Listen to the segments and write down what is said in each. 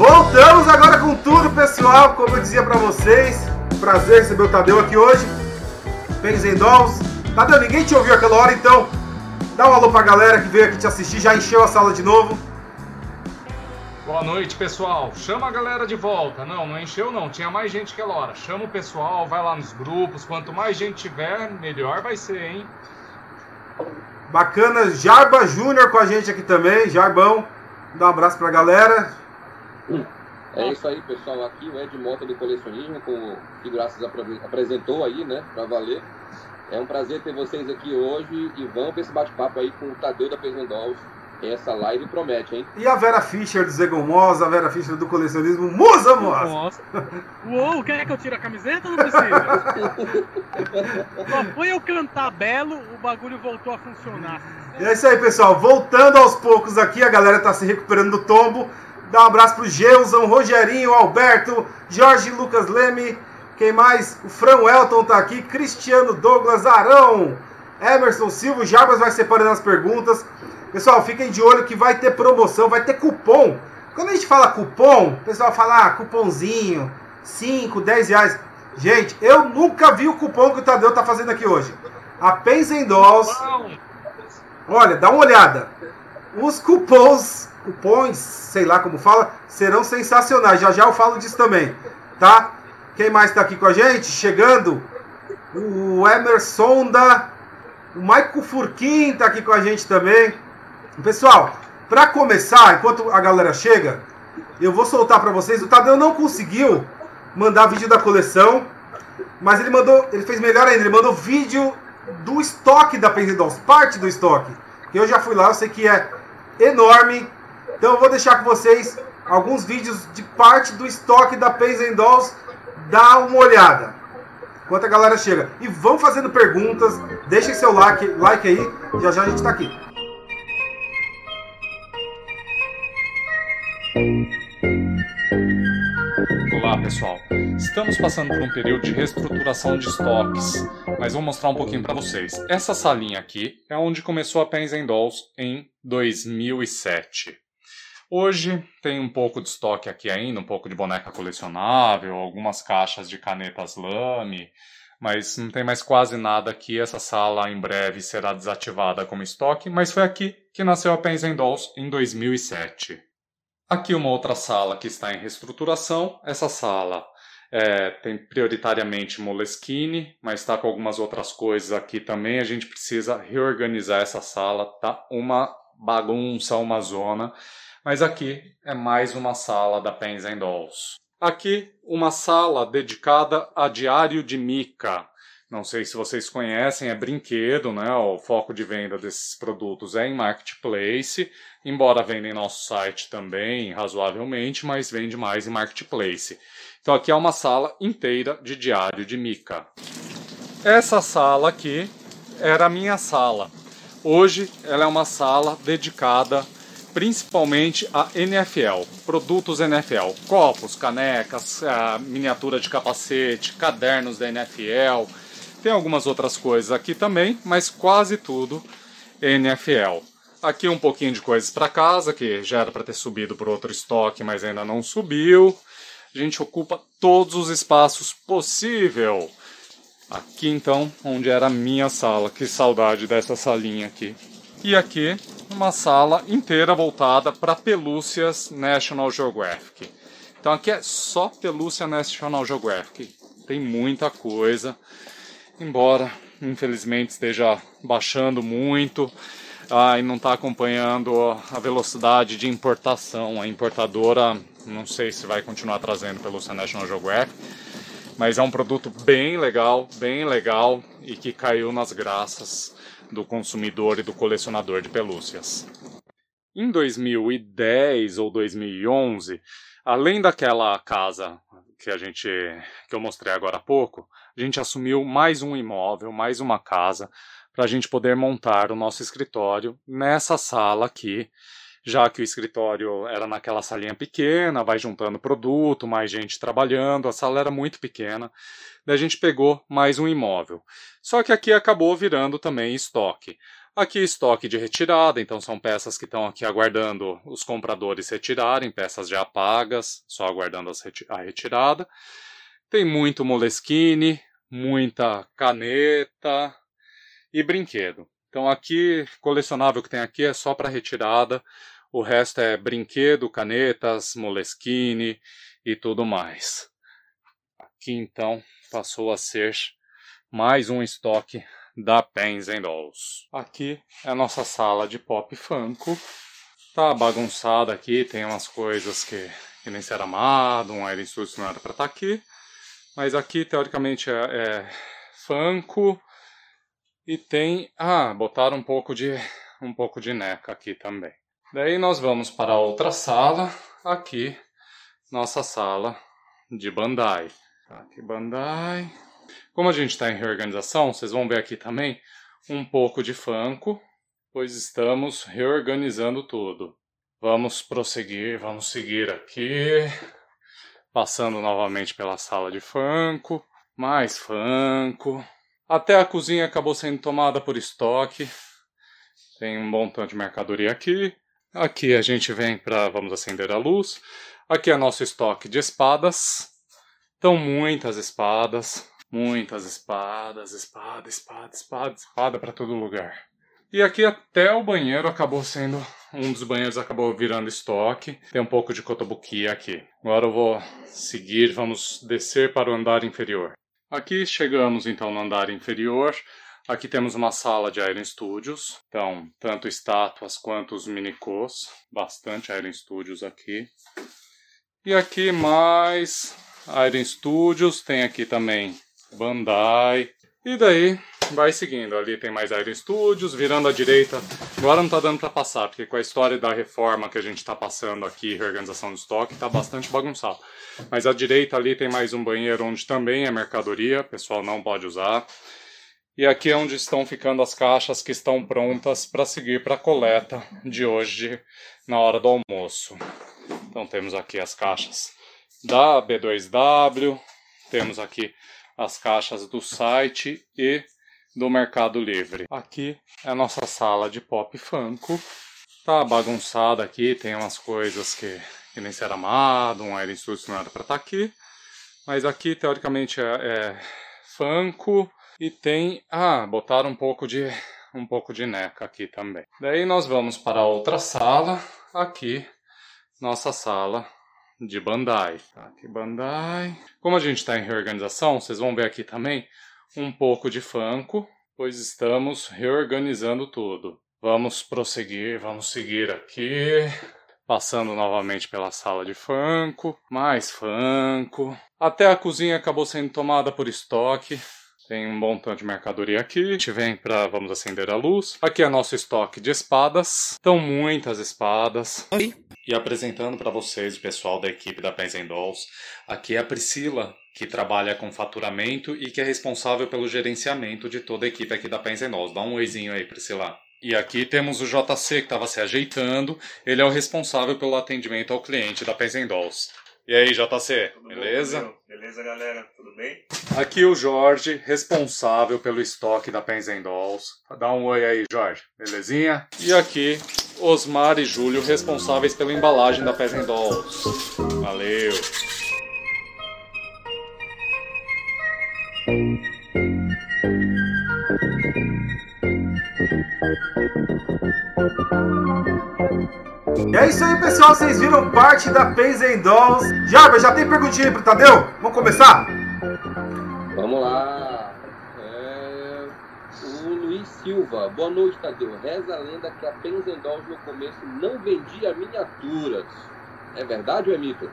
Voltamos agora com tudo, pessoal. Como eu dizia pra vocês, prazer receber o Tadeu aqui hoje. Pens and Dolls. Tadeu, ninguém te ouviu aquela hora, então dá um alô pra galera que veio aqui te assistir. Já encheu a sala de novo. Boa noite, pessoal. Chama a galera de volta. Não encheu não, tinha mais gente aquela hora. Chama o pessoal, vai lá nos grupos. Quanto mais gente tiver, melhor vai ser, hein? Bacana. Jarba Júnior com a gente aqui também. Jarbão, dá um abraço pra galera. É isso aí, pessoal. Aqui o Ed Mota do Colecionismo, que graças apresentou aí, né, pra valer. É um prazer ter vocês aqui hoje e vamos pra esse bate-papo aí com o Tadeu da Pens and Dolls. Essa live promete, hein? E a Vera Fischer do Zegomosa, a Vera Fischer do Colecionismo, Musa Mosa! Nossa! Uou, quer que eu tire a camiseta ou não precisa? Só foi eu cantar belo, o bagulho voltou a funcionar. E é isso aí, pessoal. Voltando aos poucos aqui, a galera tá se recuperando do tombo. Dá um abraço pro Geuzão, Rogerinho, Alberto, Jorge Lucas Leme. Quem mais? O Fran Welton tá aqui, Cristiano Douglas, Arão, Emerson Silva, o Jarbas vai separando as perguntas. Pessoal, fiquem de olho que vai ter promoção, vai ter cupom. Quando a gente fala cupom, o pessoal fala, cupomzinho, 5, 10 reais. Gente, eu nunca vi o cupom que o Tadeu tá fazendo aqui hoje. A Pens and Dolls, olha, dá uma olhada. Os cupons, sei lá como fala, serão sensacionais. Já já eu falo disso também, tá? Quem mais tá aqui com a gente? Chegando, o Emerson o Maico Furquim tá aqui com a gente também. Pessoal, para começar, enquanto a galera chega, eu vou soltar para vocês. O Tadeu não conseguiu mandar vídeo da coleção, mas ele fez melhor ainda, ele mandou vídeo do estoque da Pens and Dolls, parte do estoque. Eu já fui lá, eu sei que é enorme, então eu vou deixar com vocês alguns vídeos de parte do estoque da Pens and Dolls. Dá uma olhada enquanto a galera chega. E vão fazendo perguntas, deixem seu like aí, já já a gente tá aqui. Olá, pessoal. Estamos passando por um período de reestruturação de estoques, mas vou mostrar um pouquinho para vocês. Essa salinha aqui é onde começou a Pens and Dolls em 2007. Hoje tem um pouco de estoque aqui ainda, um pouco de boneca colecionável, algumas caixas de canetas Lamy, mas não tem mais quase nada aqui. Essa sala em breve será desativada como estoque, mas foi aqui que nasceu a Pens and Dolls em 2007. Aqui uma outra sala que está em reestruturação. Essa sala tem prioritariamente Moleskine, mas está com algumas outras coisas aqui também. A gente precisa reorganizar essa sala, tá uma bagunça, uma zona. Mas aqui é mais uma sala da Pens and Dolls. Aqui uma sala dedicada a Diário de Mika. Não sei se vocês conhecem, é brinquedo, né? O foco de venda desses produtos é em Marketplace, embora venda em nosso site também, razoavelmente, mas vende mais em Marketplace. Então aqui é uma sala inteira de Diário de Mika. Essa sala aqui era a minha sala. Hoje ela é uma sala dedicada principalmente a NFL, produtos NFL, copos, canecas, miniatura de capacete, cadernos da NFL. Tem algumas outras coisas aqui também, mas quase tudo NFL. Aqui um pouquinho de coisas para casa, que já era para ter subido por outro estoque, mas ainda não subiu. A gente ocupa todos os espaços possível. Aqui então, onde era a minha sala, que saudade dessa salinha aqui. E aqui, uma sala inteira voltada para pelúcias National Geographic. Então aqui é só pelúcia National Geographic. Tem muita coisa. Embora, infelizmente, esteja baixando muito e não está acompanhando a velocidade de importação. A importadora, não sei se vai continuar trazendo pelúcia National Geographic, mas é um produto bem legal e que caiu nas graças do consumidor e do colecionador de pelúcias. Em 2010 ou 2011, além daquela casa que eu mostrei agora há pouco, a gente assumiu mais um imóvel, mais uma casa, para a gente poder montar o nosso escritório nessa sala aqui, já que o escritório era naquela salinha pequena, vai juntando produto, mais gente trabalhando, a sala era muito pequena, daí a gente pegou mais um imóvel. Só que aqui acabou virando também estoque. Aqui estoque de retirada, então são peças que estão aqui aguardando os compradores retirarem, peças já pagas, só aguardando a retirada. Tem muito Moleskine, muita caneta e brinquedo. Então aqui, colecionável que tem aqui é só para retirada, o resto é brinquedo, canetas, Moleskine e tudo mais. Aqui então passou a ser mais um estoque da Pens & Dolls. Aqui é a nossa sala de Pop Funko. Tá bagunçada aqui, tem umas coisas que nem se era amado, um Iron Studios não era para estar aqui. Mas aqui teoricamente é Funko. E tem... botaram um pouco de NECA aqui também. Daí nós vamos para a outra sala. Aqui, nossa sala de Bandai. Aqui Bandai. Como a gente está em reorganização, vocês vão ver aqui também um pouco de Funko, pois estamos reorganizando tudo. Vamos prosseguir, vamos seguir aqui, passando novamente pela sala de Funko, mais Funko. Até a cozinha acabou sendo tomada por estoque, tem um bom tanto de mercadoria aqui. Aqui a gente vem para, vamos acender a luz. Aqui é nosso estoque de espadas, então muitas espadas. Muitas espada para todo lugar. E aqui até o banheiro acabou sendo... Um dos banheiros acabou virando estoque. Tem um pouco de kotobuki aqui. Agora eu vou seguir, vamos descer para o andar inferior. Aqui chegamos então no andar inferior. Aqui temos uma sala de Iron Studios. Então, tanto estátuas quanto os minicôs. Bastante Iron Studios aqui. E aqui mais Iron Studios. Tem aqui também Bandai. E daí vai seguindo. Ali tem mais Iron Studios, virando à direita. Agora não tá dando para passar, porque com a história da reforma que a gente tá passando aqui, reorganização do estoque, tá bastante bagunçado. Mas à direita ali tem mais um banheiro onde também é mercadoria, o pessoal não pode usar. E aqui é onde estão ficando as caixas que estão prontas para seguir para a coleta de hoje na hora do almoço. Então temos aqui as caixas da B2W, temos aqui as caixas do site e do Mercado Livre. Aqui é a nossa sala de Pop Funko. Tá bagunçada aqui, tem umas coisas que nem se era amado, um Iron Studios não era para estar aqui. Mas aqui teoricamente é Funko e tem... botaram um pouco de NECA aqui também. Daí nós vamos para a outra sala. Aqui, nossa sala de Bandai. Aqui Bandai. Como a gente está em reorganização, vocês vão ver aqui também um pouco de Funko, pois estamos reorganizando tudo. Vamos prosseguir, vamos seguir aqui, passando novamente pela sala de Funko, mais Funko. Até a cozinha acabou sendo tomada por estoque. Tem um bom tanto de mercadoria aqui. A gente vem para, vamos acender a luz. Aqui é nosso estoque de espadas. Então muitas espadas. Oi. E apresentando para vocês o pessoal da equipe da Pens & Dolls, aqui é a Priscila, que trabalha com faturamento e que é responsável pelo gerenciamento de toda a equipe aqui da Pens & Dolls. Dá um oizinho aí, Priscila. E aqui temos o JC, que estava se ajeitando. Ele é o responsável pelo atendimento ao cliente da Pens & Dolls. E aí, JC, Tudo beleza? bom, beleza, galera? Tudo bem? Aqui o Jorge, responsável pelo estoque da Pens & Dolls. Dá um oi aí, Jorge. Belezinha? E aqui, Osmar e Júlio, responsáveis pela embalagem da Pens & Dolls. Valeu! E é isso aí, pessoal. Vocês viram parte da Pens & Dolls. Jarba, já tem perguntinha aí pro Tadeu? Vamos começar? Vamos lá. O Luiz Silva. Boa noite, Tadeu. Reza a lenda que a Pens & Dolls no começo não vendia miniaturas. É verdade ou é mito?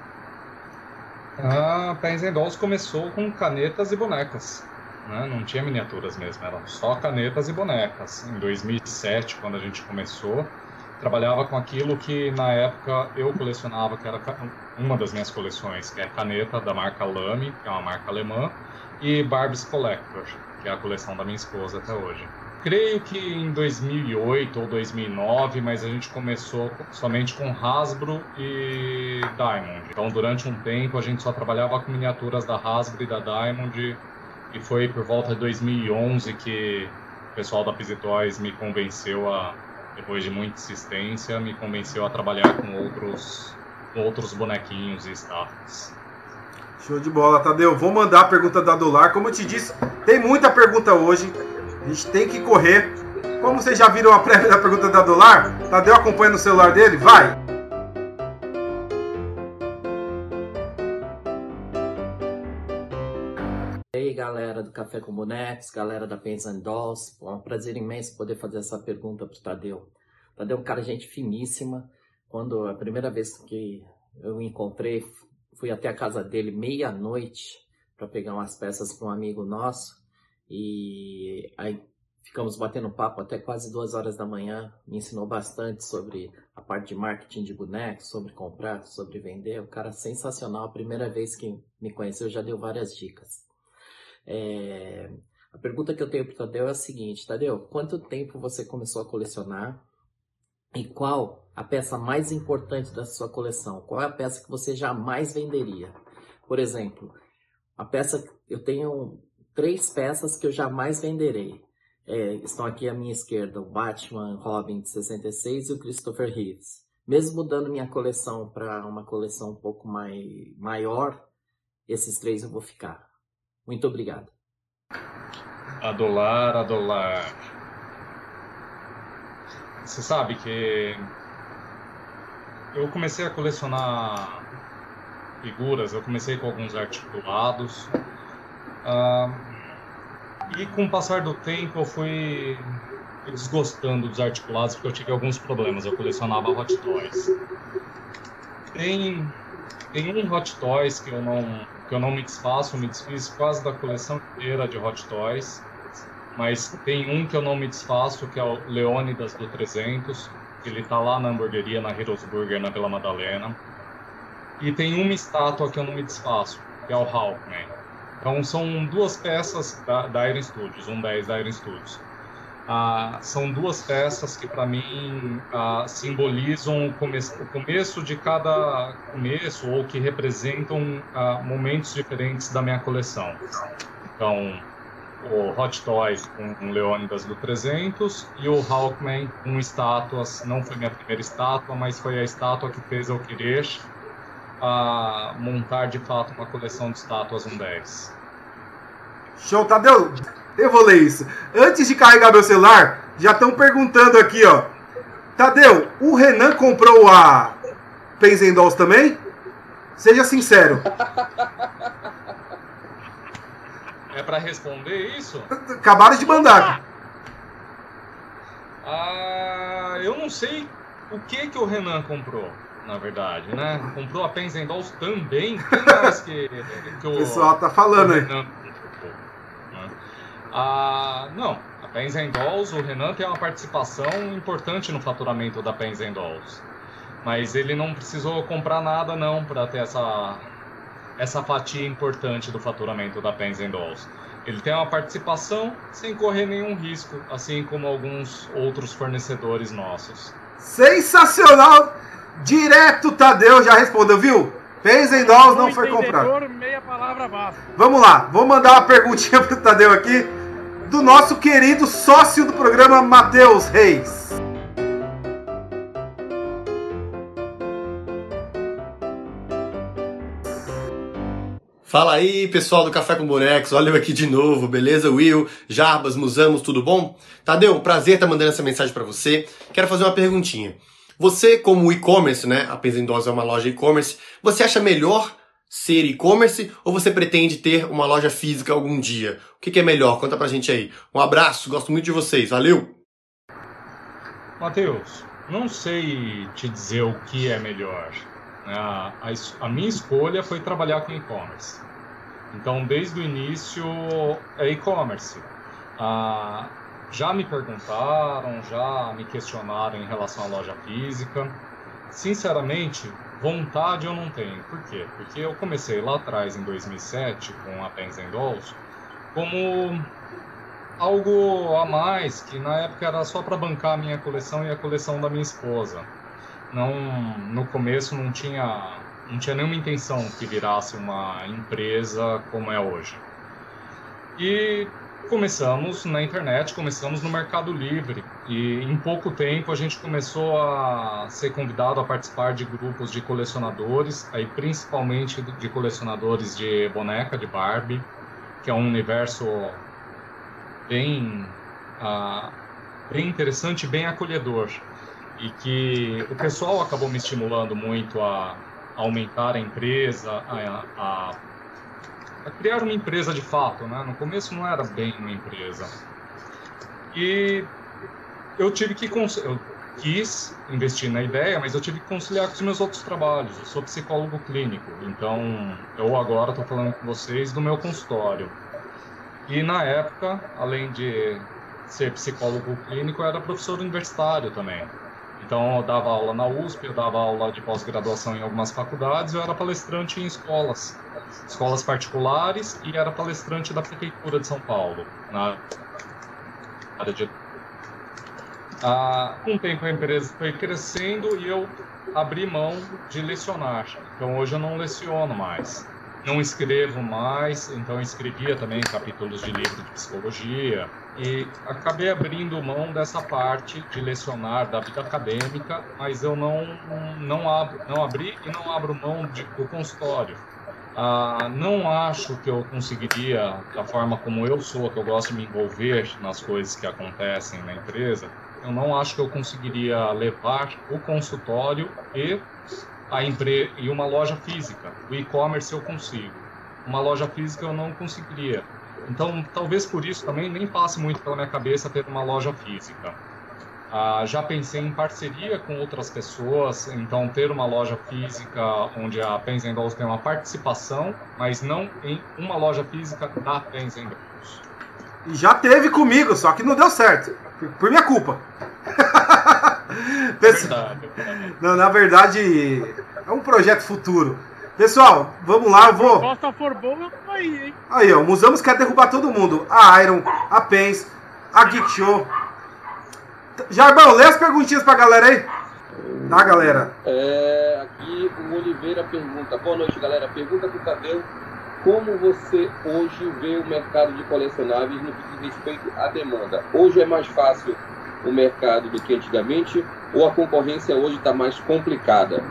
A Pens & Dolls começou com canetas e bonecas. Né? Não tinha miniaturas mesmo, eram só canetas e bonecas. Em 2007, quando a gente começou, trabalhava com aquilo que na época eu colecionava, que era uma das minhas coleções, que é a caneta da marca Lamy, que é uma marca alemã, e Barbie's Collector, que é a coleção da minha esposa até hoje. Creio que em 2008 ou 2009, mas a gente começou somente com Hasbro e Diamond. Então durante um tempo a gente só trabalhava com miniaturas da Hasbro e da Diamond, e foi por volta de 2011 que pessoal da Pizzy Toys me convenceu depois de muita insistência, me convenceu a trabalhar com outros bonequinhos e staffs. Show de bola, Tadeu. Vou mandar a pergunta da Adolar. Como eu te disse, tem muita pergunta hoje. A gente tem que correr. Como vocês já viram a prévia da pergunta da Adolar, Tadeu acompanha no celular dele? Vai! E aí, galera do Café com Bonecos, galera da Pens and Dolls. É um prazer imenso poder fazer essa pergunta para o Tadeu. Tadeu é um cara gente finíssima. Quando a primeira vez que eu o encontrei, fui até a casa dele meia-noite para pegar umas peças para um amigo nosso. E aí ficamos batendo papo até quase 2 horas da manhã. Me ensinou bastante sobre a parte de marketing de bonecos, sobre comprar, sobre vender. Um cara sensacional. A primeira vez que me conheceu já deu várias dicas. A pergunta que eu tenho para o Tadeu é a seguinte: Tadeu, quanto tempo você começou a colecionar e qual a peça mais importante da sua coleção? Qual é a peça que você jamais venderia? Por exemplo, eu tenho 3 peças que eu jamais venderei. Estão aqui à minha esquerda: o Batman Robin de 66 e o Christopher Reeves. Mesmo mudando minha coleção para uma coleção um pouco maior, esses 3 eu vou ficar. Muito obrigado. Adolar. Você sabe que eu comecei a colecionar figuras, eu comecei com alguns articulados. E com o passar do tempo eu fui desgostando dos articulados porque eu tive alguns problemas. Eu colecionava Hot Toys. Tem um Hot Toys que eu não me desfaço, eu me desfiz quase da coleção inteira de Hot Toys, mas tem um que eu não me desfaço, que é o Leônidas do 300, que ele tá lá na hamburgueria, na Heroes Burger, na Vila Madalena, e tem uma estátua que eu não me desfaço, que é o Hawkman. Então são 2 peças da Iron Studios, 10 da Iron Studios. São 2 peças que para mim simbolizam o começo de cada começo, ou que representam momentos diferentes da minha coleção. Então, o Hot Toys com Leônidas do 300 e o Hawkman com estátuas. Não foi minha primeira estátua, mas foi a estátua que fez eu querer montar de fato uma coleção de estátuas 10. Show, Tadeu! Eu vou ler isso. Antes de carregar meu celular, já estão perguntando aqui, ó. Tadeu, o Renan comprou a Pens and Dolls também? Seja sincero. É pra responder isso? Acabaram de mandar. Eu não sei o que o Renan comprou, na verdade, né? Comprou a Pens and Dolls também? Quem mais que o pessoal tá falando aí. Não, a Pens and Dolls, o Renan tem uma participação importante no faturamento da Pens and Dolls, mas ele não precisou comprar nada não para ter essa fatia importante do faturamento da Pens and Dolls. Ele tem uma participação sem correr nenhum risco, assim como alguns outros fornecedores nossos. Sensacional! Direto, Tadeu já respondeu, viu? Pens and Dolls não foi comprado. Meia palavra basta. Vamos lá, vou mandar uma perguntinha pro Tadeu aqui, do nosso querido sócio do programa, Matheus Reis. Fala aí, pessoal do Café com Bonecos, olha eu aqui de novo, beleza? Will, Jarbas, Musamos, tudo bom? Tadeu, prazer estar mandando essa mensagem para você. Quero fazer uma perguntinha. Você, como e-commerce, né? A Pens and Dolls é uma loja e-commerce, você acha melhor ser e-commerce ou você pretende ter uma loja física algum dia? O que é melhor? Conta pra gente aí. Um abraço, gosto muito de vocês, valeu! Matheus, não sei te dizer o que é melhor. A minha escolha foi trabalhar com e-commerce. Então, desde o início, é e-commerce. Já me perguntaram, já me questionaram em relação à loja física. Sinceramente, vontade eu não tenho. Por quê? Porque eu comecei lá atrás, em 2007, com a Pens and Dolls, como algo a mais, que na época era só para bancar a minha coleção e a coleção da minha esposa. No começo não tinha nenhuma intenção que virasse uma empresa como é hoje. E começamos na internet, começamos no Mercado Livre e em pouco tempo a gente começou a ser convidado a participar de grupos de colecionadores, aí principalmente de colecionadores de boneca de Barbie, que é um universo bem interessante, bem acolhedor, e que o pessoal acabou me estimulando muito a aumentar a empresa, a criar uma empresa de fato, né? No começo não era bem uma empresa. E eu quis investir na ideia, mas eu tive que conciliar com os meus outros trabalhos. Eu sou psicólogo clínico, então eu agora estou falando com vocês do meu consultório. E na época, além de ser psicólogo clínico, eu era professor universitário também. Então eu dava aula na USP, eu dava aula de pós-graduação em algumas faculdades, eu era palestrante em escolas particulares e era palestrante da Prefeitura de São Paulo, na área de... Com o tempo a empresa foi crescendo e eu abri mão de lecionar. Então hoje eu não leciono mais, não escrevo mais, então eu escrevia também capítulos de livro de psicologia e acabei abrindo mão dessa parte de lecionar da vida acadêmica, mas eu não abri e não abro mão do consultório. Não acho que eu conseguiria, da forma como eu sou, que eu gosto de me envolver nas coisas que acontecem na empresa, eu não acho que eu conseguiria levar o consultório e uma loja física. O e-commerce eu consigo. Uma loja física eu não conseguiria. Então, talvez por isso também nem passe muito pela minha cabeça ter uma loja física. Já pensei em parceria com outras pessoas, então ter uma loja física onde a Pens & Dolls tem uma participação, mas não em uma loja física da Pens & Dolls. E já teve comigo, só que não deu certo, por minha culpa. Verdade. Não, na verdade, é um projeto futuro. Pessoal, vamos lá, eu vou... Se a proposta for boa, aí, hein? Aí, ó, o Musamos quer derrubar todo mundo. A Iron, a Pens, a Geek Show. Jarbão, lê as perguntinhas pra galera aí. Tá, galera? Aqui o Oliveira pergunta. Boa noite, galera. Pergunta pro Tadeu. Como você hoje vê o mercado de colecionáveis no que diz respeito à demanda? Hoje é mais fácil o mercado do que antigamente ou a concorrência hoje está mais complicada?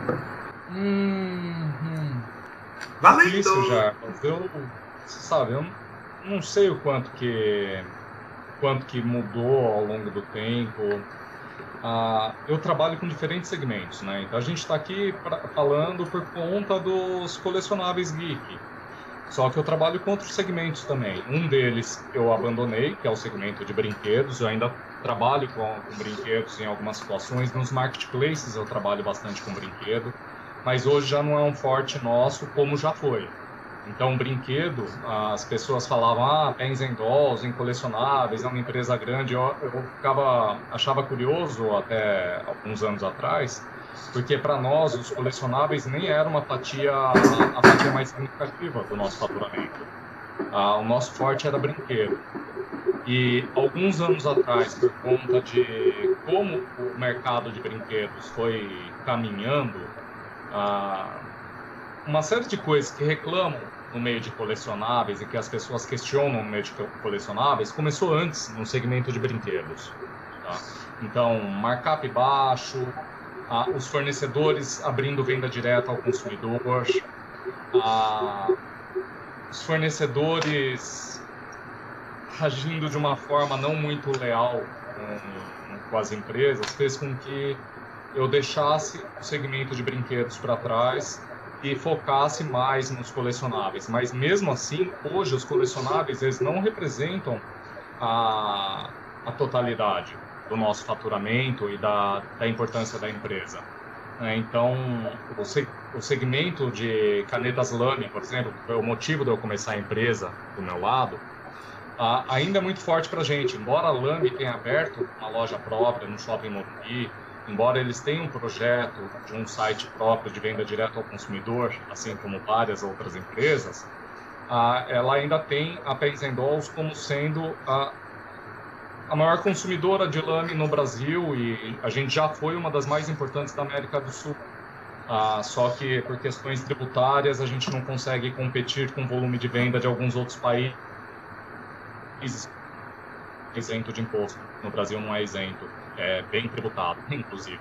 Valendo! Isso já. Eu não sei o quanto que mudou ao longo do tempo. Eu trabalho com diferentes segmentos, né? Então a gente está aqui falando por conta dos colecionáveis geek. Só que eu trabalho com outros segmentos também. Um deles eu abandonei, que é o segmento de brinquedos. Eu ainda trabalho com brinquedos em algumas situações. Nos marketplaces eu trabalho bastante com brinquedo. Mas hoje já não é um forte nosso como já foi. Então, brinquedo, as pessoas falavam, Pens & Dolls, em colecionáveis, é uma empresa grande. Eu achava curioso até alguns anos atrás, porque para nós, os colecionáveis nem era a fatia mais significativa do nosso faturamento. O nosso forte era brinquedo. E alguns anos atrás, por conta de como o mercado de brinquedos foi caminhando, uma série de coisas que reclamam no meio de colecionáveis e que as pessoas questionam no meio de colecionáveis começou antes no segmento de brinquedos. Tá? Então, markup baixo, os fornecedores abrindo venda direta ao consumidor, os fornecedores agindo de uma forma não muito leal com as empresas, fez com que eu deixasse o segmento de brinquedos para trás e focasse mais nos colecionáveis. Mas mesmo assim, hoje os colecionáveis eles não representam a totalidade do nosso faturamento e da importância da empresa. Então, o segmento de canetas Lamy, por exemplo, que foi o motivo de eu começar a empresa do meu lado, ainda é muito forte para a gente. Embora a Lamy tenha aberto uma loja própria no Shopping Morumbi, embora eles tenham um projeto de um site próprio de venda direta ao consumidor, assim como várias outras empresas, ela ainda tem a Pens & Dolls como sendo a maior consumidora de lame no Brasil e a gente já foi uma das mais importantes da América do Sul. Só que por questões tributárias a gente não consegue competir com o volume de venda de alguns outros países isento de imposto. No Brasil não é isento, é bem tributado, inclusive.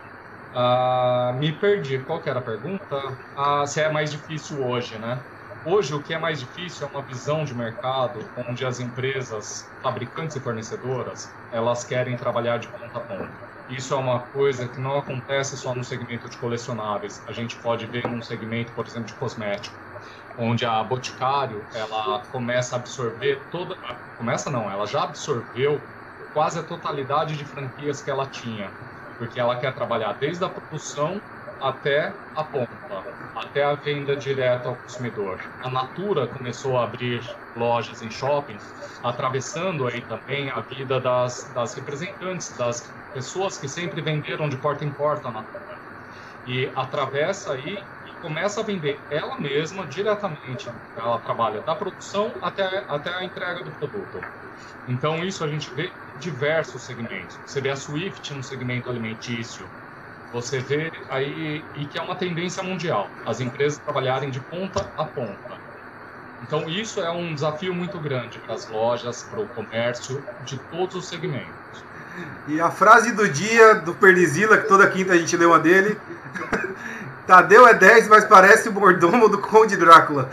Me perdi, qual que era a pergunta? Se é mais difícil hoje, né? Hoje o que é mais difícil é uma visão de mercado onde as empresas, fabricantes e fornecedoras, elas querem trabalhar de ponta a ponta. Isso é uma coisa que não acontece só no segmento de colecionáveis. A gente pode ver num segmento, por exemplo, de cosmético, onde a Boticário, ela começa a absorver ela já absorveu quase a totalidade de franquias que ela tinha, porque ela quer trabalhar desde a produção até a ponta, até a venda direta ao consumidor. A Natura começou a abrir lojas em shoppings, atravessando aí também a vida das representantes, das pessoas que sempre venderam de porta em porta a Natura. E atravessa aí e começa a vender ela mesma diretamente. Ela trabalha da produção até a entrega do produto. Então isso a gente vê em diversos segmentos. Você vê a Swift no segmento alimentício. Você vê aí, e que é uma tendência mundial, as empresas trabalharem de ponta a ponta. Então isso é um desafio muito grande para as lojas, para o comércio, de todos os segmentos. E a frase do dia do Pernizila, que toda quinta a gente lê uma dele: Tadeu é 10, mas parece o mordomo do Conde Drácula.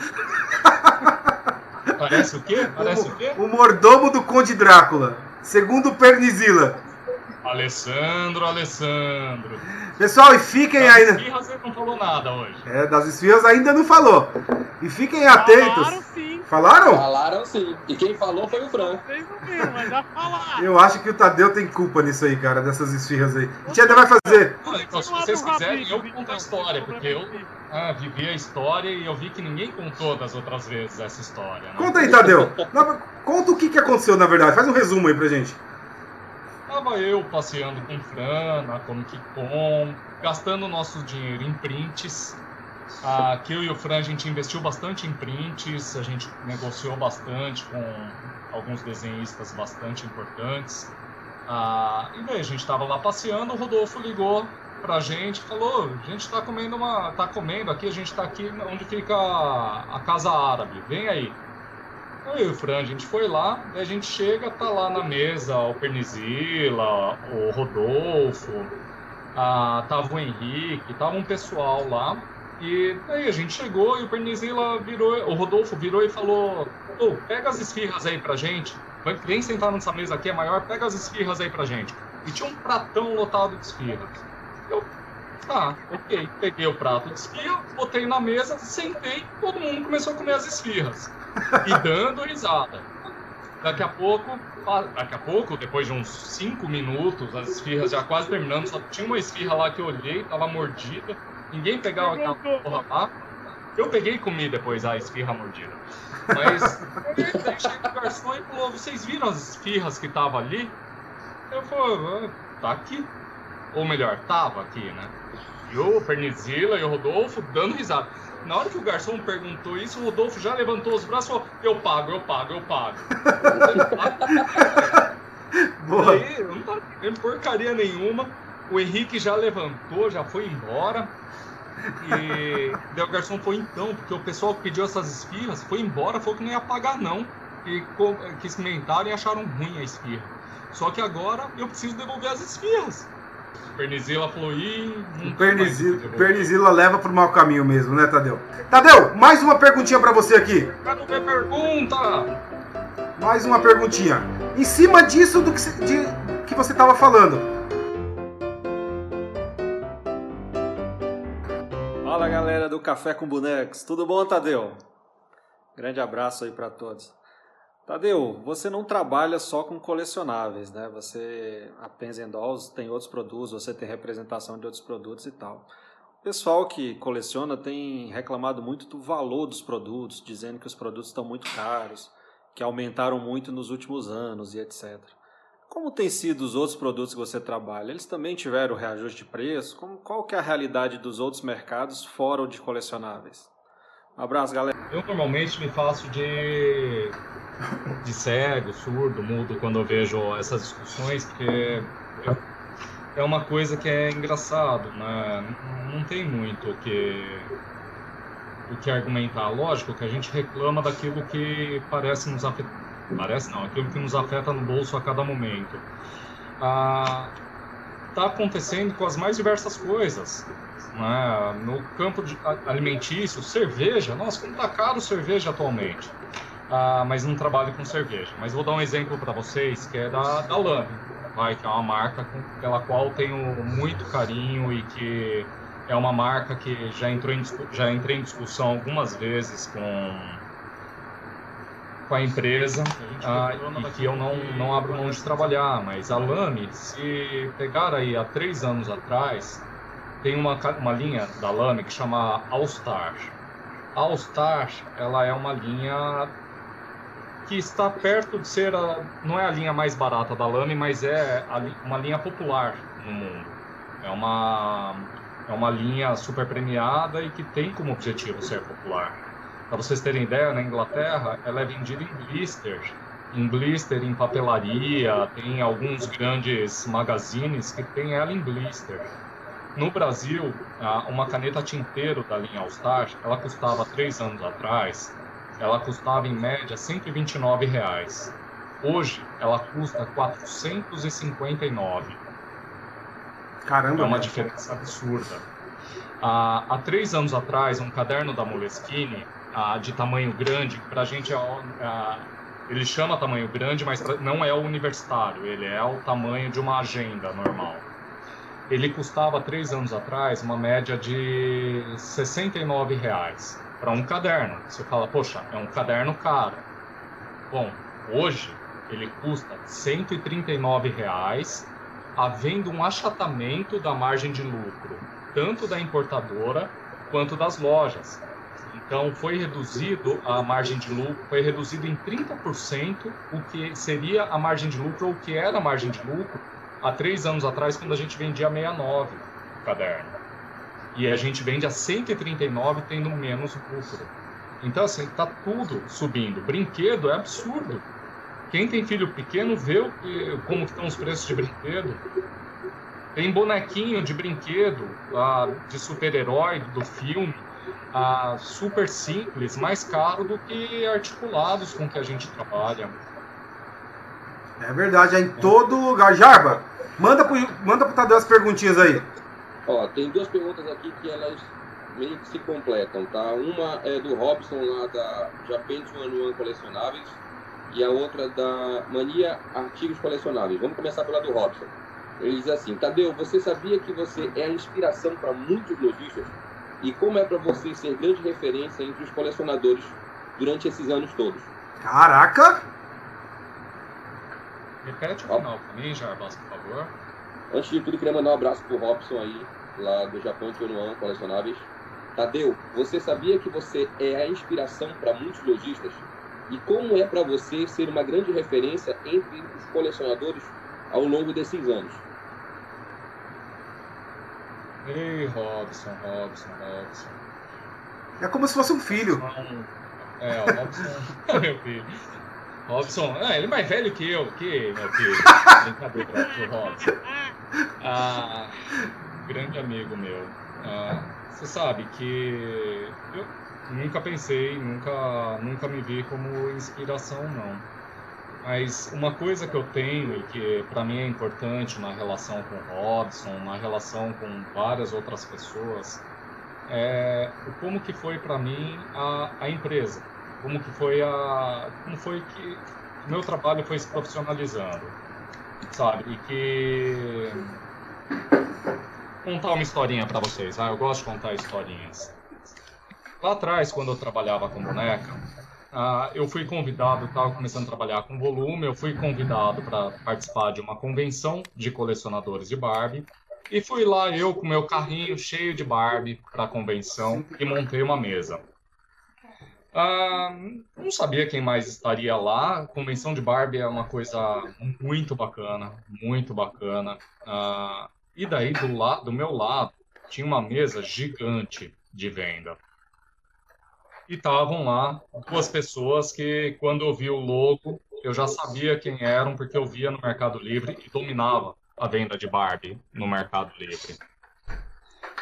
Parece o quê? Parece o quê? O mordomo do Conde Drácula, segundo o Pernizila. Alessandro. Pessoal, e fiquem aí. Das esfirras ele não falou nada hoje. Das esfirras ainda não falou. E fiquem atentos. Falaram sim. Falaram? Falaram sim. E quem falou foi o Fran. Vocês não viram, mas já falaram. Eu acho que o Tadeu tem culpa nisso aí, cara, dessas esfirras aí. A gente ainda vai fazer. Então, se vocês quiserem, eu conto a história, porque eu vivi a história e eu vi que ninguém contou das outras vezes essa história. Né? Conta aí, Tadeu. Conta o que aconteceu, na verdade. Faz um resumo aí pra gente. Estava eu passeando com o Fran na Comic Con, gastando nosso dinheiro em prints. Que eu e o Fran, a gente investiu bastante em prints, a gente negociou bastante com alguns desenhistas bastante importantes. E daí a gente estava lá passeando, o Rodolfo ligou pra gente e falou: a gente tá comendo aqui, a gente tá aqui onde fica a Casa Árabe, vem aí. Eu e o Fran, a gente foi lá, e a gente chega, tá lá na mesa o Pernizila, o Rodolfo, tava o Henrique, tava um pessoal lá. E daí a gente chegou e o Pernizila o Rodolfo virou e falou: pega as esfirras aí pra gente, vem sentar nessa mesa aqui, é maior, pega as esfirras aí pra gente. E tinha um pratão lotado de esfirras. Eu, ok, peguei o prato de esfirra, botei na mesa, sentei, todo mundo começou a comer as esfirras. E dando risada. Daqui a pouco, depois de uns 5 minutos, as esfirras já quase terminando, só tinha uma esfirra lá que eu olhei, tava mordida, ninguém pegava aquela porra lá. Eu peguei e comi depois a esfirra mordida. Mas daí chegou o garçom e falou: vocês viram as esfirras que tava ali? Eu falei: tá aqui. Ou melhor, tava aqui, né? E o Pernizila e o Rodolfo dando risada. Na hora que o garçom perguntou isso, o Rodolfo já levantou os braços e falou: eu pago. Boa. Aí, eu não tava entendendo porcaria nenhuma. O Henrique já levantou, já foi embora. E daí o garçom foi então, porque o pessoal que pediu essas esfirras foi embora, falou que não ia pagar não. E que experimentaram e acharam ruim a esfirra. Só que agora eu preciso devolver as esfirras. O Pernizila falou: o Pernizila leva pro mau caminho mesmo, né, Tadeu? Tadeu, mais uma perguntinha pra você aqui. Quero ver pergunta! Mais uma perguntinha. Em cima disso que você tava falando. Fala, galera do Café com Bonecos. Tudo bom, Tadeu? Grande abraço aí pra todos. Tadeu, você não trabalha só com colecionáveis, né? A Pens & Dolls tem outros produtos, você tem representação de outros produtos e tal. O pessoal que coleciona tem reclamado muito do valor dos produtos, dizendo que os produtos estão muito caros, que aumentaram muito nos últimos anos e etc. Como tem sido os outros produtos que você trabalha? Eles também tiveram reajuste de preço? Qual que é a realidade dos outros mercados fora o de colecionáveis? Um abraço, galera. Eu normalmente me faço de cego, surdo, mudo quando eu vejo essas discussões, porque é uma coisa que é engraçado, né? Não tem muito o que argumentar. Lógico que a gente reclama daquilo que parece nos Parece não, aquilo que nos afeta no bolso a cada momento. Está acontecendo com as mais diversas coisas, né? No campo alimentício, cerveja, nossa, como está caro cerveja atualmente. Mas não trabalho com cerveja. Mas vou dar um exemplo para vocês, que é da Lamy, que é uma marca pela qual tenho muito carinho e que é uma marca que já entrei em discussão algumas vezes com a empresa e que eu não abro mão de trabalhar. Mas a Lamy, se pegar aí há 3 anos atrás, tem uma linha da Lamy que chama All Star. A All Star, ela é uma linha que está perto de ser, não é a linha mais barata da Lamy, mas é uma linha popular no mundo. É uma linha super premiada e que tem como objetivo ser popular. Para vocês terem ideia, na Inglaterra, ela é vendida em blister, em papelaria, tem alguns grandes magazines que tem ela em blister. No Brasil, uma caneta tinteiro da linha All Star, ela custava 3 anos atrás, ela custava em média R$ 129. Hoje, ela custa R$ 459. Caramba! É uma diferença absurda. Há 3 anos atrás, um caderno da Moleskine, de tamanho grande, para a gente ele chama tamanho grande, mas não é o universitário, ele é o tamanho de uma agenda normal. Ele custava 3 anos atrás uma média de R$ 69 para um caderno. Você fala, poxa, é um caderno caro. Bom, hoje ele custa R$ 139, havendo um achatamento da margem de lucro, tanto da importadora quanto das lojas. Então, foi reduzido a margem de lucro, foi reduzido em 30% o que seria a margem de lucro, ou o que era a margem de lucro, há 3 anos atrás, quando a gente vendia 69 o caderno. E a gente vende a 139, tendo menos lucro. Então, assim, está tudo subindo. Brinquedo é absurdo. Quem tem filho pequeno vê como estão os preços de brinquedo. Tem bonequinho de brinquedo, de super-herói, do filme, super simples, mais caro do que articulados com que a gente trabalha. É verdade, é em todo lugar. Jarba, manda pro Tadeu as perguntinhas aí. Ó, tem 2 perguntas aqui que elas meio que se completam, tá? Uma é do Robson, lá da Japan One Colecionáveis, e a outra da Mania Artigos Colecionáveis. Vamos começar pela do Robson. Ele diz assim: Tadeu, você sabia que você é a inspiração para muitos lojistas? E como é para você ser grande referência entre os colecionadores durante esses anos todos? Caraca! Repete o final para mim, Jarbas, por favor. Antes de tudo, queria mandar um abraço pro Robson aí, lá do Japão One Colecionáveis. Tadeu, você sabia que você é a inspiração para muitos lojistas? E como é para você ser uma grande referência entre os colecionadores ao longo desses anos? Ei, Robson. É como se fosse um filho. O Robson é meu filho. Robson, ele é mais velho que eu, meu filho. Brincadeira pro Robson. Grande amigo meu. Você sabe que eu nunca pensei, nunca me vi como inspiração, não. Mas uma coisa que eu tenho e que para mim é importante na relação com o Robson, na relação com várias outras pessoas, é como que foi para mim a empresa, como foi que o meu trabalho foi se profissionalizando, sabe? E que contar uma historinha para vocês, eu gosto de contar historinhas. Lá atrás, quando eu trabalhava com boneca, eu fui convidado, estava começando a trabalhar com volume, eu fui convidado para participar de uma convenção de colecionadores de Barbie, e fui lá eu com meu carrinho cheio de Barbie para a convenção e montei uma mesa. Não sabia quem mais estaria lá. A convenção de Barbie é uma coisa muito bacana, muito bacana. E daí do meu lado tinha uma mesa gigante de venda. E estavam lá 2 pessoas que, quando eu vi o logo, eu já sabia quem eram, porque eu via no Mercado Livre e dominava a venda de Barbie no Mercado Livre.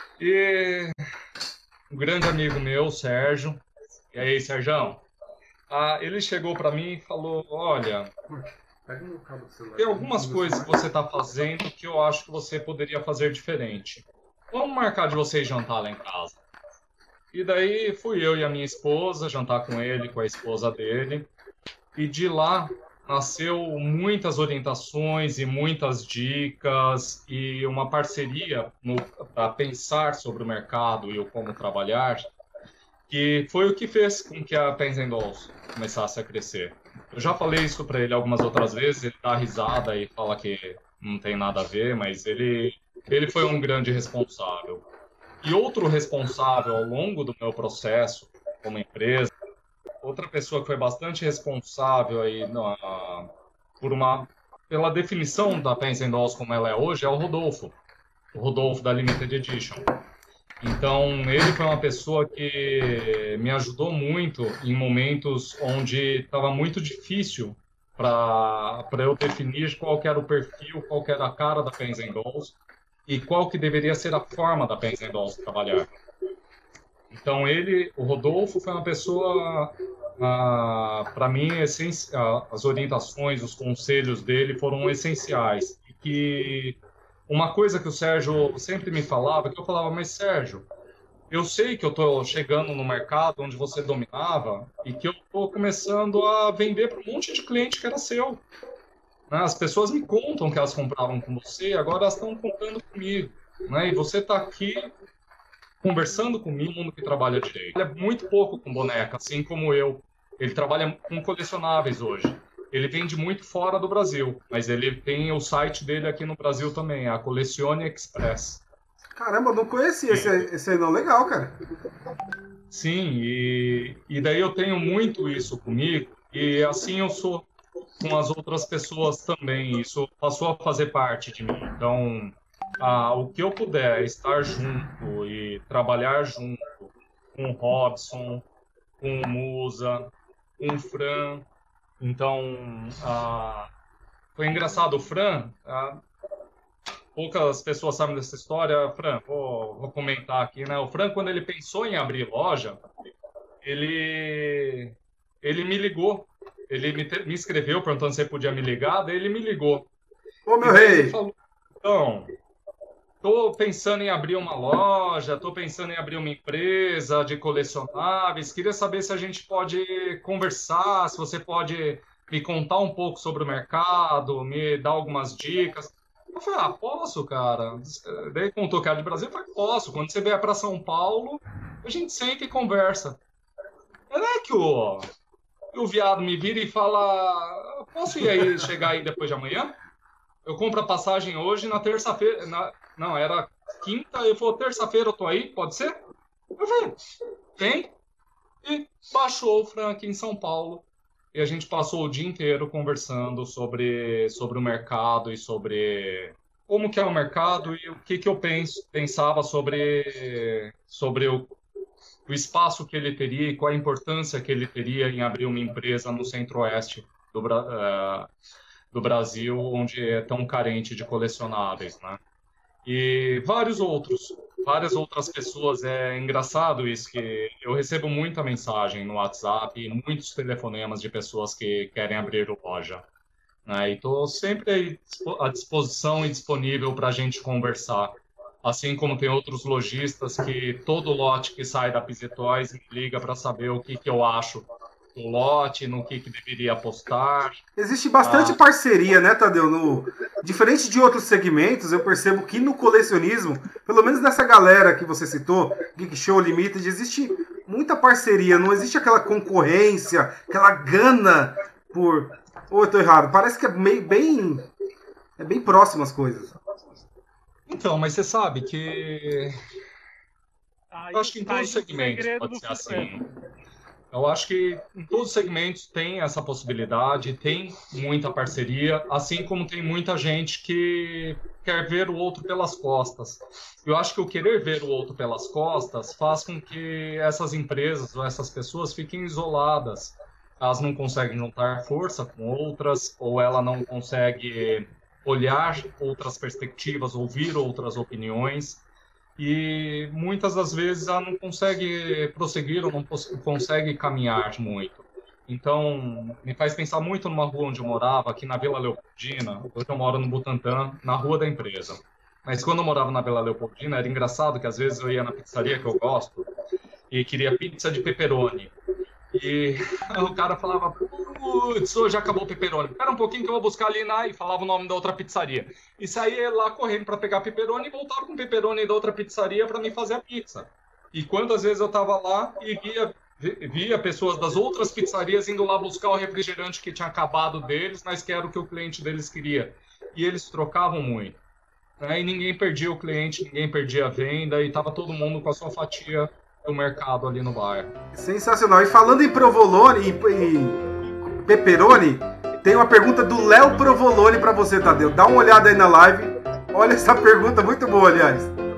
E um grande amigo meu, Sérgio. E aí, Sérgio? Ele chegou para mim e falou, olha, Pega no cabo do celular. tem algumas coisas que você está fazendo que eu acho que você poderia fazer diferente. Vamos marcar de vocês jantar lá em casa. E daí fui eu e a minha esposa jantar com ele, com a esposa dele. E de lá nasceu muitas orientações e muitas dicas e uma parceria para pensar sobre o mercado e o como trabalhar, que foi o que fez com que a Pens Dolls começasse a crescer. Eu já falei isso para ele algumas outras vezes, ele dá risada e fala que não tem nada a ver, mas ele foi um grande responsável. E outro responsável ao longo do meu processo como empresa, outra pessoa que foi bastante responsável aí pela definição da Pens Dolls como ela é hoje, é o Rodolfo da Limited Edition. Então, ele foi uma pessoa que me ajudou muito em momentos onde estava muito difícil para eu definir qual que era o perfil, qual que era a cara da Pens Dolls e qual que deveria ser a forma da Pens Dolls trabalhar. Então, o Rodolfo, foi uma pessoa, para mim, as orientações, os conselhos dele foram essenciais. E que uma coisa que o Sérgio sempre me falava, que eu falava, mas Sérgio, eu sei que eu estou chegando no mercado onde você dominava e que eu estou começando a vender para um monte de cliente que era seu. Né? As pessoas me contam que elas compravam com você, agora elas estão comprando comigo. Né? E você está aqui conversando comigo, o mundo que trabalha direito. Ele é muito pouco com boneca, assim como eu. Ele trabalha com colecionáveis hoje. Ele vende muito fora do Brasil, mas ele tem o site dele aqui no Brasil também, a Colecione Express. Caramba, eu não conhecia esse aí não. Legal, cara. Sim, e daí eu tenho muito isso comigo, e assim eu sou com as outras pessoas também. Isso passou a fazer parte de mim. Então, o que eu puder estar junto e trabalhar junto com o Robson, com o Musa, com o Fran. Então, foi engraçado. O Fran, poucas pessoas sabem dessa história. Fran, vou comentar aqui, né? O Fran, quando ele pensou em abrir loja, ele me ligou. Ele me escreveu perguntando se ele podia me ligar, daí ele me ligou. Ô, meu rei! Ele falou, então, tô pensando em abrir uma loja, tô pensando em abrir uma empresa de colecionáveis, queria saber se a gente pode conversar, se você pode me contar um pouco sobre o mercado, me dar algumas dicas. Eu falei, posso, cara. Daí contou que era de Brasil, eu falei, posso. Quando você vier para São Paulo, a gente senta e conversa. Não é que o viado me vira e fala, posso ir aí, chegar aí depois de amanhã? Eu compro a passagem hoje, na terça-feira... Não, era quinta, ele falou, terça-feira eu tô aí, pode ser? Eu falei, tem. E baixou o Fran aqui em São Paulo. E a gente passou o dia inteiro conversando sobre o mercado e sobre como que é o mercado e o que eu pensava sobre o espaço que ele teria e qual a importância que ele teria em abrir uma empresa no centro-oeste do Brasil, onde é tão carente de colecionáveis, né? E várias outras pessoas. É engraçado isso, que eu recebo muita mensagem no WhatsApp e muitos telefonemas de pessoas que querem abrir loja, né? E estou sempre aí à disposição e disponível para a gente conversar. Assim como tem outros lojistas que todo lote que sai da Pizzy Toys me liga para saber o que eu acho do lote, no que deveria apostar. Existe bastante parceria, né, Tadeu? Diferente de outros segmentos, eu percebo que no colecionismo, pelo menos nessa galera que você citou, Geek Show Limited, existe muita parceria, não existe aquela concorrência, aquela gana por... Ou eu tô errado? Parece que é bem próximo as coisas. Então, mas você sabe que... eu acho que em todos os segmentos pode ser assim. Eu acho que em todos os segmentos tem essa possibilidade, tem muita parceria, assim como tem muita gente que quer ver o outro pelas costas. Eu acho que o querer ver o outro pelas costas faz com que essas empresas ou essas pessoas fiquem isoladas. Elas não conseguem juntar força com outras, ou ela não consegue olhar outras perspectivas, ouvir outras opiniões. E muitas das vezes ela não consegue prosseguir ou não consegue caminhar muito. Então, me faz pensar muito numa rua onde eu morava, aqui na Vila Leopoldina. Hoje eu moro no Butantã, na rua da empresa. Mas quando eu morava na Vila Leopoldina, era engraçado que às vezes eu ia na pizzaria que eu gosto e queria pizza de pepperoni. E o cara falava, putz, hoje acabou o pepperoni. Espera um pouquinho que eu vou buscar ali e falava o nome da outra pizzaria. E saía lá correndo para pegar pepperoni e voltava com o pepperoni da outra pizzaria para me fazer a pizza. E quantas vezes eu estava lá e via pessoas das outras pizzarias indo lá buscar o refrigerante que tinha acabado deles, mas que era o que o cliente deles queria. E eles trocavam muito. Né? E ninguém perdia o cliente, ninguém perdia a venda, e estava todo mundo com a sua fatia do mercado ali no bairro. Sensacional. E falando em provolone e pepperoni, tem uma pergunta do Léo Provolone para você, Tadeu. Dá uma olhada aí na live. Olha essa pergunta, muito boa, aliás.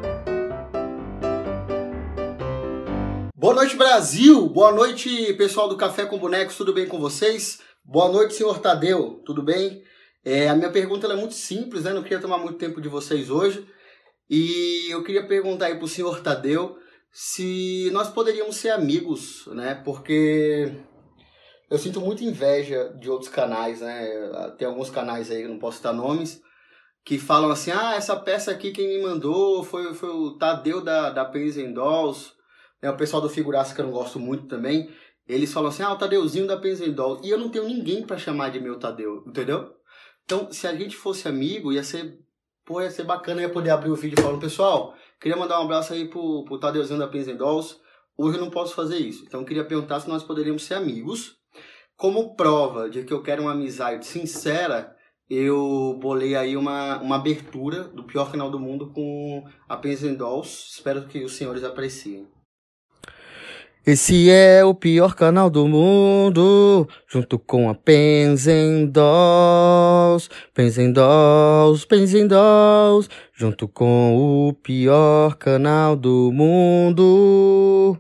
Boa noite, Brasil! Boa noite, pessoal do Café com Bonecos, tudo bem com vocês? Boa noite, senhor Tadeu, tudo bem? A minha pergunta é muito simples, né? Não queria tomar muito tempo de vocês hoje. E eu queria perguntar aí pro senhor Tadeu se nós poderíamos ser amigos, né? Porque eu sinto muita inveja de outros canais, né? Tem alguns canais aí, não posso citar nomes, que falam assim, essa peça aqui quem me mandou foi o Tadeu da Pens and Dolls. O pessoal do Figuraça, que eu não gosto muito também, eles falam assim, o Tadeuzinho da Pens and Dolls. E eu não tenho ninguém pra chamar de meu Tadeu, entendeu? Então, se a gente fosse amigo, ia ser bacana, eu ia poder abrir o vídeo falando, pessoal, queria mandar um abraço aí pro Tadeuzinho da Pens and Dolls. Hoje eu não posso fazer isso. Então, eu queria perguntar se nós poderíamos ser amigos. Como prova de que eu quero uma amizade sincera, eu bolei aí uma abertura do pior canal do mundo com a Pens and Dolls. Espero que os senhores apreciem. Esse é o pior canal do mundo, junto com a Pens and Dolls, Pens and Dolls, Pens and Dolls, junto com o pior canal do mundo.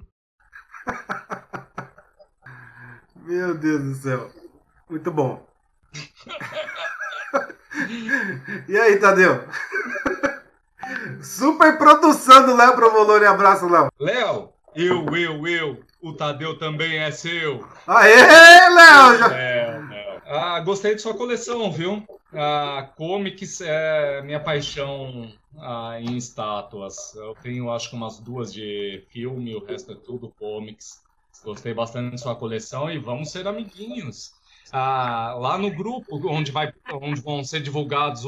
Meu Deus do céu, muito bom. E aí, Tadeu? Super produção do Léo Provolone, abraço, Léo. Léo, o Tadeu também é seu. Aê, Léo! Léo. Gostei de sua coleção, viu? Comics é minha paixão em estátuas. Eu tenho, acho que umas 2 de filme, o resto é tudo comics. Gostei bastante de sua coleção e vamos ser amiguinhos. Lá no grupo, onde vão ser divulgados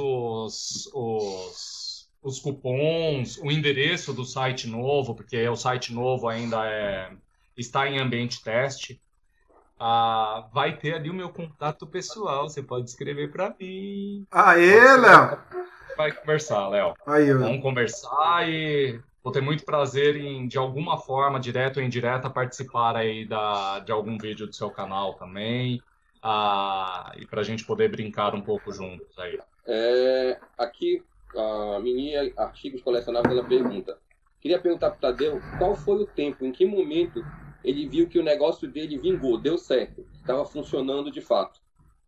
os cupons, o endereço do site novo, porque o site novo ainda está em ambiente teste. Vai ter ali o meu contato pessoal, você pode escrever para mim. Aê, Léo! Vai conversar, Léo. Vamos conversar e vou ter muito prazer em, de alguma forma, direta ou indireta, participar aí de algum vídeo do seu canal também. E para a gente poder brincar um pouco juntos aí. Aqui, a Mini Artigos Colecionáveis, ela pergunta. Queria perguntar para o Tadeu qual foi o tempo, em que momento ele viu que o negócio dele vingou, deu certo, estava funcionando de fato.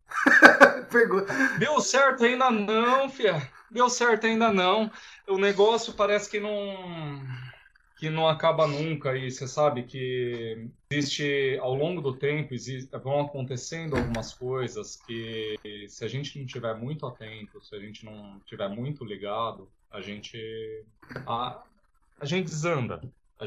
Deu certo ainda não, fia. Deu certo ainda não. O negócio parece que não acaba nunca, e você sabe que existe, ao longo do tempo, vão acontecendo algumas coisas que, se a gente não estiver muito atento, se a gente não estiver muito ligado, a gente desanda,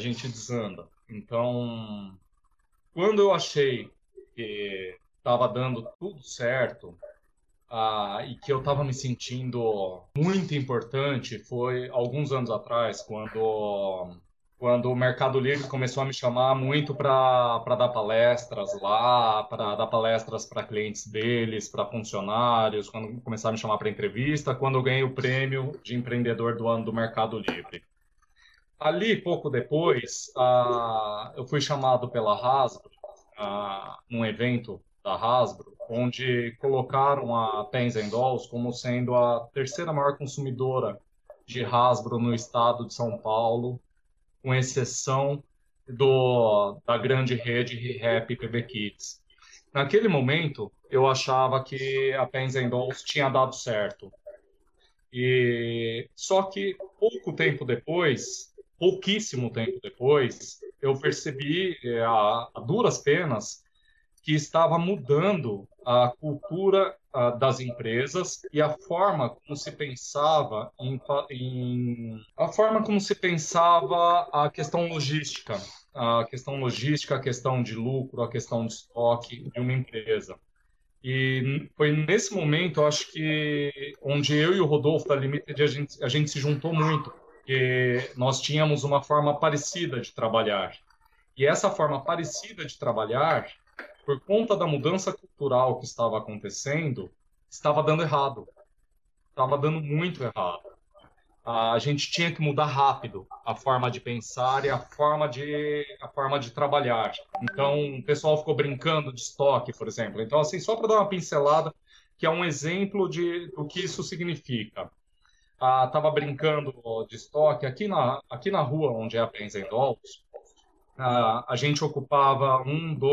Então, quando eu achei que estava dando tudo certo, e que eu estava me sentindo muito importante, foi alguns anos atrás, quando o Mercado Livre começou a me chamar muito para dar palestras lá, para dar palestras para clientes deles, para funcionários, quando começaram a me chamar para entrevista, quando eu ganhei o prêmio de empreendedor do ano do Mercado Livre. Ali, pouco depois, eu fui chamado pela Hasbro, num evento da Hasbro, onde colocaram a Pens and Dolls como sendo a 3ª maior consumidora de Hasbro no estado de São Paulo, com exceção da grande rede Rap PB Kids. Naquele momento, eu achava que a Pens and Dolls tinha dado certo. Só que pouquíssimo tempo depois, eu percebi, a duras penas, que estava mudando a cultura das empresas e a forma como se pensava a questão logística, a questão de lucro, a questão de estoque de uma empresa. E foi nesse momento, eu acho que, onde eu e o Rodolfo da Limited, a gente se juntou muito, porque nós tínhamos uma forma parecida de trabalhar. E essa forma parecida de trabalhar, por conta da mudança cultural que estava acontecendo, estava dando errado. Estava dando muito errado. A gente tinha que mudar rápido a forma de pensar e a forma de trabalhar. Então, o pessoal ficou brincando de estoque, por exemplo. Então, assim, só para dar uma pincelada, que é um exemplo do que isso significa. Estava brincando de estoque aqui na rua, onde é a Pens & Dolls. A gente ocupava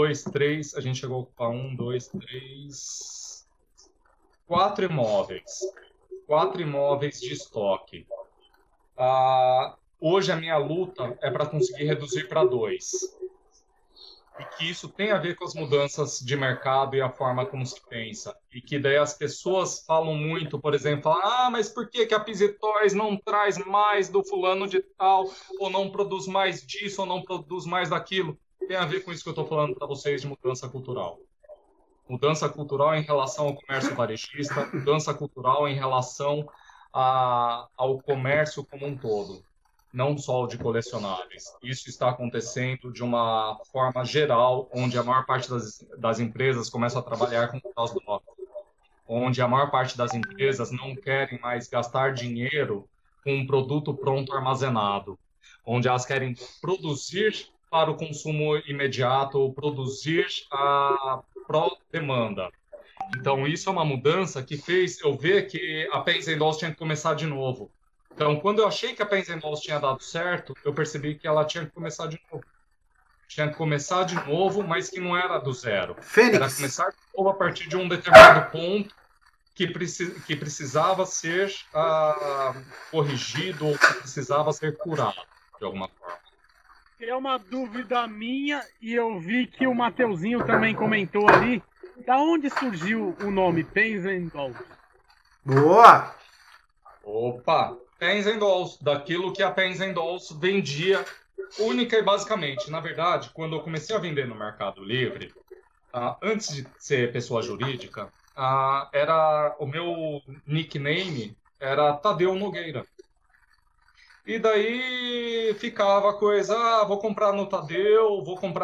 4 imóveis. 4 imóveis de estoque. Hoje a minha luta é para conseguir reduzir para 2. E que isso tem a ver com as mudanças de mercado e a forma como se pensa. E que daí as pessoas falam muito, por exemplo, mas por que a Pizzy Toys não traz mais do fulano de tal, ou não produz mais disso, ou não produz mais daquilo? Tem a ver com isso que eu estou falando para vocês de mudança cultural. Mudança cultural em relação ao comércio varejista, mudança cultural em relação ao comércio como um todo. Não só o de colecionáveis. Isso está acontecendo de uma forma geral, onde a maior parte das empresas começa a trabalhar com cross-dock, onde a maior parte das empresas não querem mais gastar dinheiro com um produto pronto armazenado, onde elas querem produzir para o consumo imediato ou produzir a pró-demanda. Então, isso é uma mudança que fez eu ver que a Pens & Dolls tinha que começar de novo. Então, quando eu achei que a Pens & Dolls tinha dado certo, eu percebi que ela tinha que começar de novo. Tinha que começar de novo, mas que não era do zero. Fênix. Era começar de novo a partir de um determinado ponto que precisava ser corrigido ou que precisava ser curado, de alguma forma. É uma dúvida minha, e eu vi que o Mateuzinho também comentou ali. Da onde surgiu o nome Pens & Dolls? Boa! Opa! Pens & Dolls, daquilo que a Pens & Dolls vendia única e basicamente. Na verdade, quando eu comecei a vender no Mercado Livre, antes de ser pessoa jurídica, o meu nickname era Tadeu Nogueira. E daí ficava a coisa, vou comprar no Tadeu,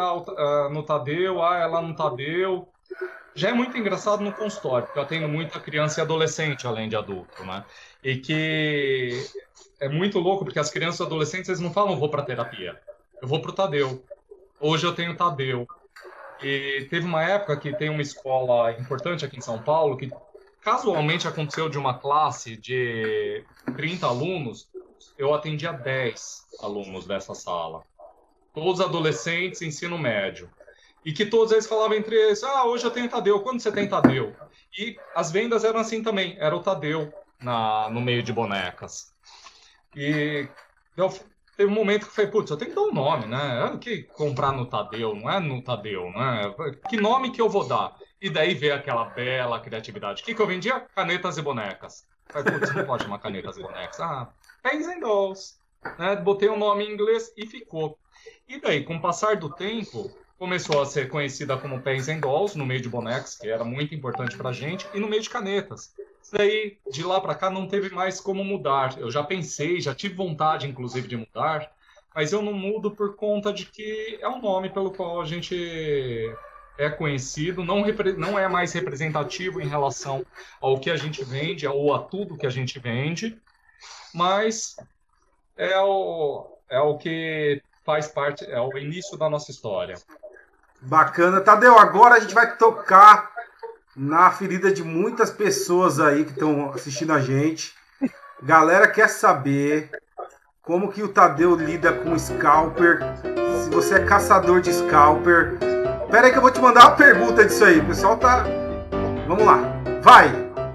ela no Tadeu. Já é muito engraçado no consultório, porque eu atendo muita criança e adolescente, além de adulto, né? E que é muito louco, porque as crianças e adolescentes, eles não falam, vou para terapia. Eu vou para o Tadeu. Hoje eu tenho Tadeu. E teve uma época que tem uma escola importante aqui em São Paulo, que casualmente aconteceu de uma classe de 30 alunos, eu atendia 10 alunos dessa sala. Todos adolescentes, ensino médio. E que todos eles falavam entre eles, hoje eu tenho Tadeu, quando você tem Tadeu? E as vendas eram assim também, era o Tadeu no meio de bonecas. E teve um momento que eu falei, putz, eu tenho que dar um nome, né? O que comprar no Tadeu, não é no Tadeu, né? Que nome que eu vou dar? E daí veio aquela bela criatividade. O que eu vendia? Canetas e bonecas. Eu falei, putz, não pode chamar canetas e bonecas. Pens & Dolls. Né? Botei o nome em inglês e ficou. E daí, com o passar do tempo, começou a ser conhecida como Pens & Dolls, no meio de bonecos, que era muito importante pra gente, e no meio de canetas. Daí, de lá pra cá, não teve mais como mudar. Eu já pensei, já tive vontade, inclusive, de mudar, mas eu não mudo por conta de que é um nome pelo qual a gente é conhecido, não é mais representativo em relação ao que a gente vende, ou a tudo que a gente vende, mas é o que faz parte, é o início da nossa história. Bacana. Tadeu, agora a gente vai tocar na ferida de muitas pessoas aí que estão assistindo a gente. Galera quer saber como que o Tadeu lida com scalper, se você é caçador de scalper. Pera aí que eu vou te mandar uma pergunta disso aí. O pessoal tá... Vamos lá. Vai!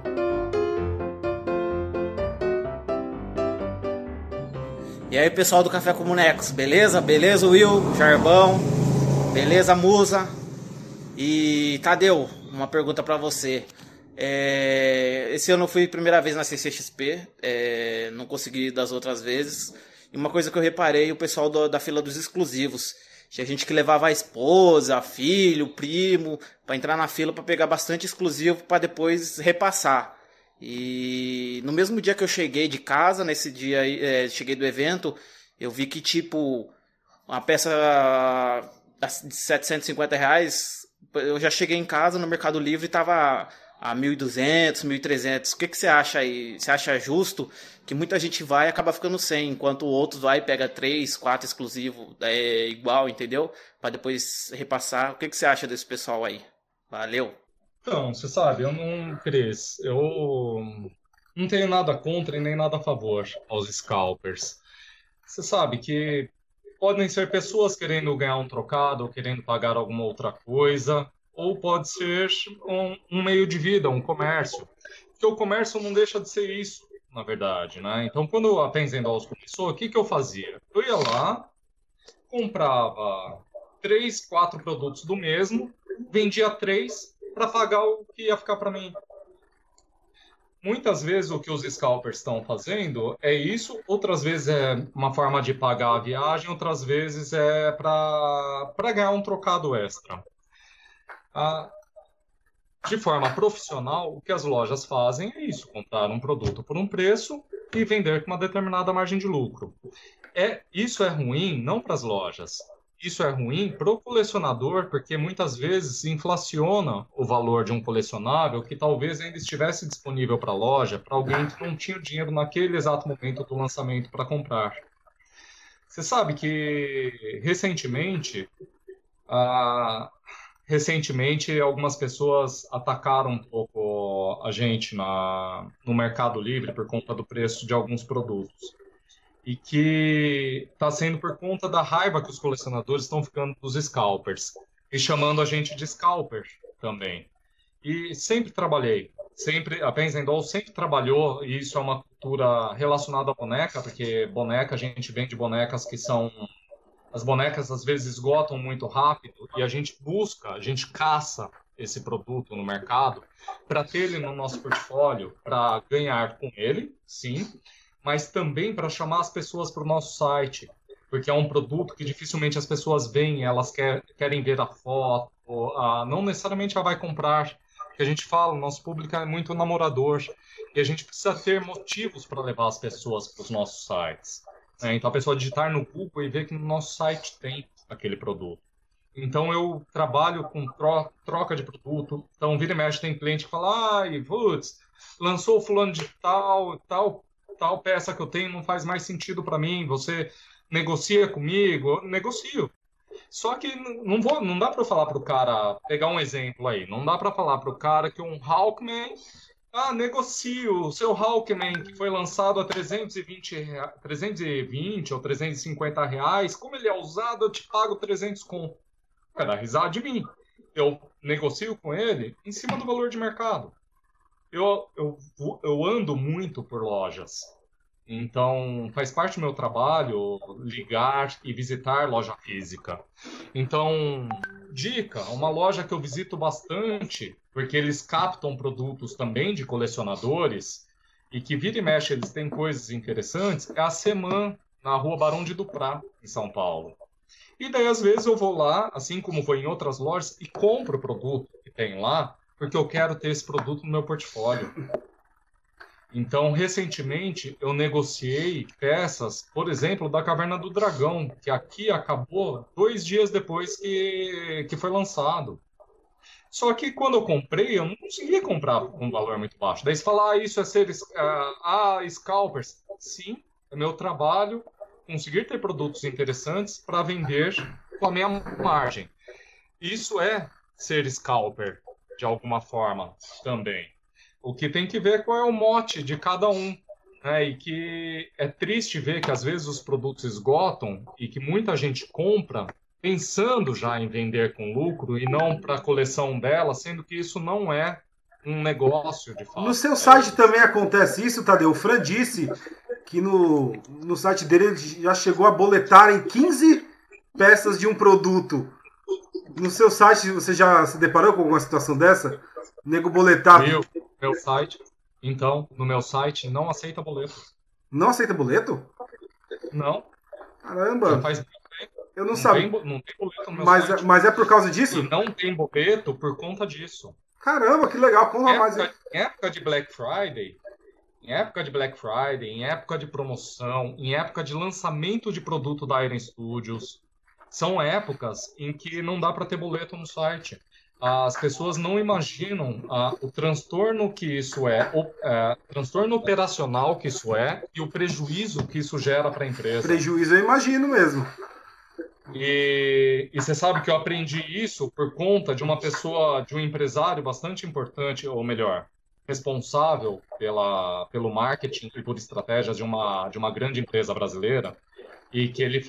E aí, pessoal do Café com Bonecos, beleza? Beleza, Will, Jarbão? Beleza, Musa? E Tadeu, uma pergunta pra você. Esse ano eu fui a primeira vez na CCXP, não consegui ir das outras vezes. E uma coisa que eu reparei, o pessoal da fila dos exclusivos. Tinha gente que levava a esposa, filho, primo, pra entrar na fila pra pegar bastante exclusivo pra depois repassar. E no mesmo dia que eu cheguei de casa, nesse dia aí, cheguei do evento, eu vi que tipo, uma peça de R$ 750, eu já cheguei em casa no Mercado Livre e tava a 1.200, 1.300. O que você acha aí? Você acha justo que muita gente vai e acaba ficando sem, enquanto outros vai e pega 3, 4 exclusivos igual, entendeu? Pra depois repassar. O que você acha desse pessoal aí? Valeu! Então, você sabe, Cris, eu não tenho nada contra e nem nada a favor aos scalpers. Você sabe que podem ser pessoas querendo ganhar um trocado ou querendo pagar alguma outra coisa, ou pode ser um meio de vida, um comércio. Porque o comércio não deixa de ser isso, na verdade, né? Então, quando a Pens Dolls começou, o que eu fazia? Eu ia lá, comprava 3, 4 produtos do mesmo, vendia 3 para pagar o que ia ficar para mim. Muitas vezes o que os scalpers estão fazendo é isso, outras vezes é uma forma de pagar a viagem, outras vezes é para ganhar um trocado extra. De forma profissional, o que as lojas fazem é isso, comprar um produto por um preço e vender com uma determinada margem de lucro. Isso é ruim não para as lojas, isso é ruim para o colecionador, porque muitas vezes inflaciona o valor de um colecionável que talvez ainda estivesse disponível para a loja, para alguém que não tinha dinheiro naquele exato momento do lançamento para comprar. Você sabe que recentemente algumas pessoas atacaram um pouco a gente no Mercado Livre por conta do preço de alguns produtos. E que está sendo por conta da raiva que os colecionadores estão ficando dos scalpers. E chamando a gente de scalper também. E sempre trabalhei. A Pens Dolls sempre trabalhou, e isso é uma cultura relacionada à boneca, porque boneca, a gente vende bonecas que são... As bonecas às vezes esgotam muito rápido e a gente caça esse produto no mercado para ter ele no nosso portfólio, para ganhar com ele, sim, mas também para chamar as pessoas para o nosso site, porque é um produto que dificilmente as pessoas veem, elas querem ver a foto, não necessariamente ela vai comprar, porque a gente fala, o nosso público é muito namorador, e a gente precisa ter motivos para levar as pessoas para os nossos sites. Então a pessoa digitar no Google e ver que no nosso site tem aquele produto. Então eu trabalho com troca de produto. Então vira e mexe tem cliente que fala, putz, lançou o fulano de tal peça que eu tenho não faz mais sentido para mim, você negocia comigo? Eu negocio. Só que não dá para eu falar para o cara, pegar um exemplo aí, não dá para falar para o cara que um Hawkman... negocio o seu Hawkman que foi lançado a 320 ou 350 reais. Como ele é usado, eu te pago 300 conto. Vai dar risada de mim. Eu negocio com ele em cima do valor de mercado. Eu ando muito por lojas. Então, faz parte do meu trabalho ligar e visitar loja física. Então, dica, uma loja que eu visito bastante, porque eles captam produtos também de colecionadores, e que vira e mexe eles têm coisas interessantes, é a Seman, na rua Barão de Duprá, em São Paulo. E daí, às vezes, eu vou lá, assim como vou em outras lojas, e compro o produto que tem lá, porque eu quero ter esse produto no meu portfólio. Então, recentemente, eu negociei peças, por exemplo, da Caverna do Dragão, que aqui acabou 2 dias depois que foi lançado. Só que quando eu comprei, eu não conseguia comprar com um valor muito baixo. Daí você fala, isso é ser scalpers. Sim, é meu trabalho conseguir ter produtos interessantes para vender com a minha margem. Isso é ser scalper, de alguma forma, também. O que tem que ver qual é o mote de cada um, né? E que é triste ver que às vezes os produtos esgotam e que muita gente compra pensando já em vender com lucro e não para a coleção dela, sendo que isso não é um negócio de fato. No seu site também acontece isso, Tadeu? O Fran disse que no site dele ele já chegou a boletar em 15 peças de um produto. No seu site, você já se deparou com alguma situação dessa? Nego boletado. Meu site, então, no meu site não aceita boleto. Não aceita boleto? Não. Caramba. Já faz muito tempo. Eu não sabia. Não tem boleto no meu site. Mas é por causa disso? E não tem boleto por conta disso. Caramba, que legal. Conta mais. Em época de Black Friday, em época de promoção, em época de lançamento de produto da Iron Studios, são épocas em que não dá para ter boleto no site. As pessoas não imaginam o transtorno que isso é, o transtorno operacional que isso é e o prejuízo que isso gera para a empresa. Prejuízo eu imagino mesmo. E você sabe que eu aprendi isso por conta de uma pessoa, de um empresário bastante importante, ou melhor, responsável pelo marketing e por estratégias de uma grande empresa brasileira, e que ele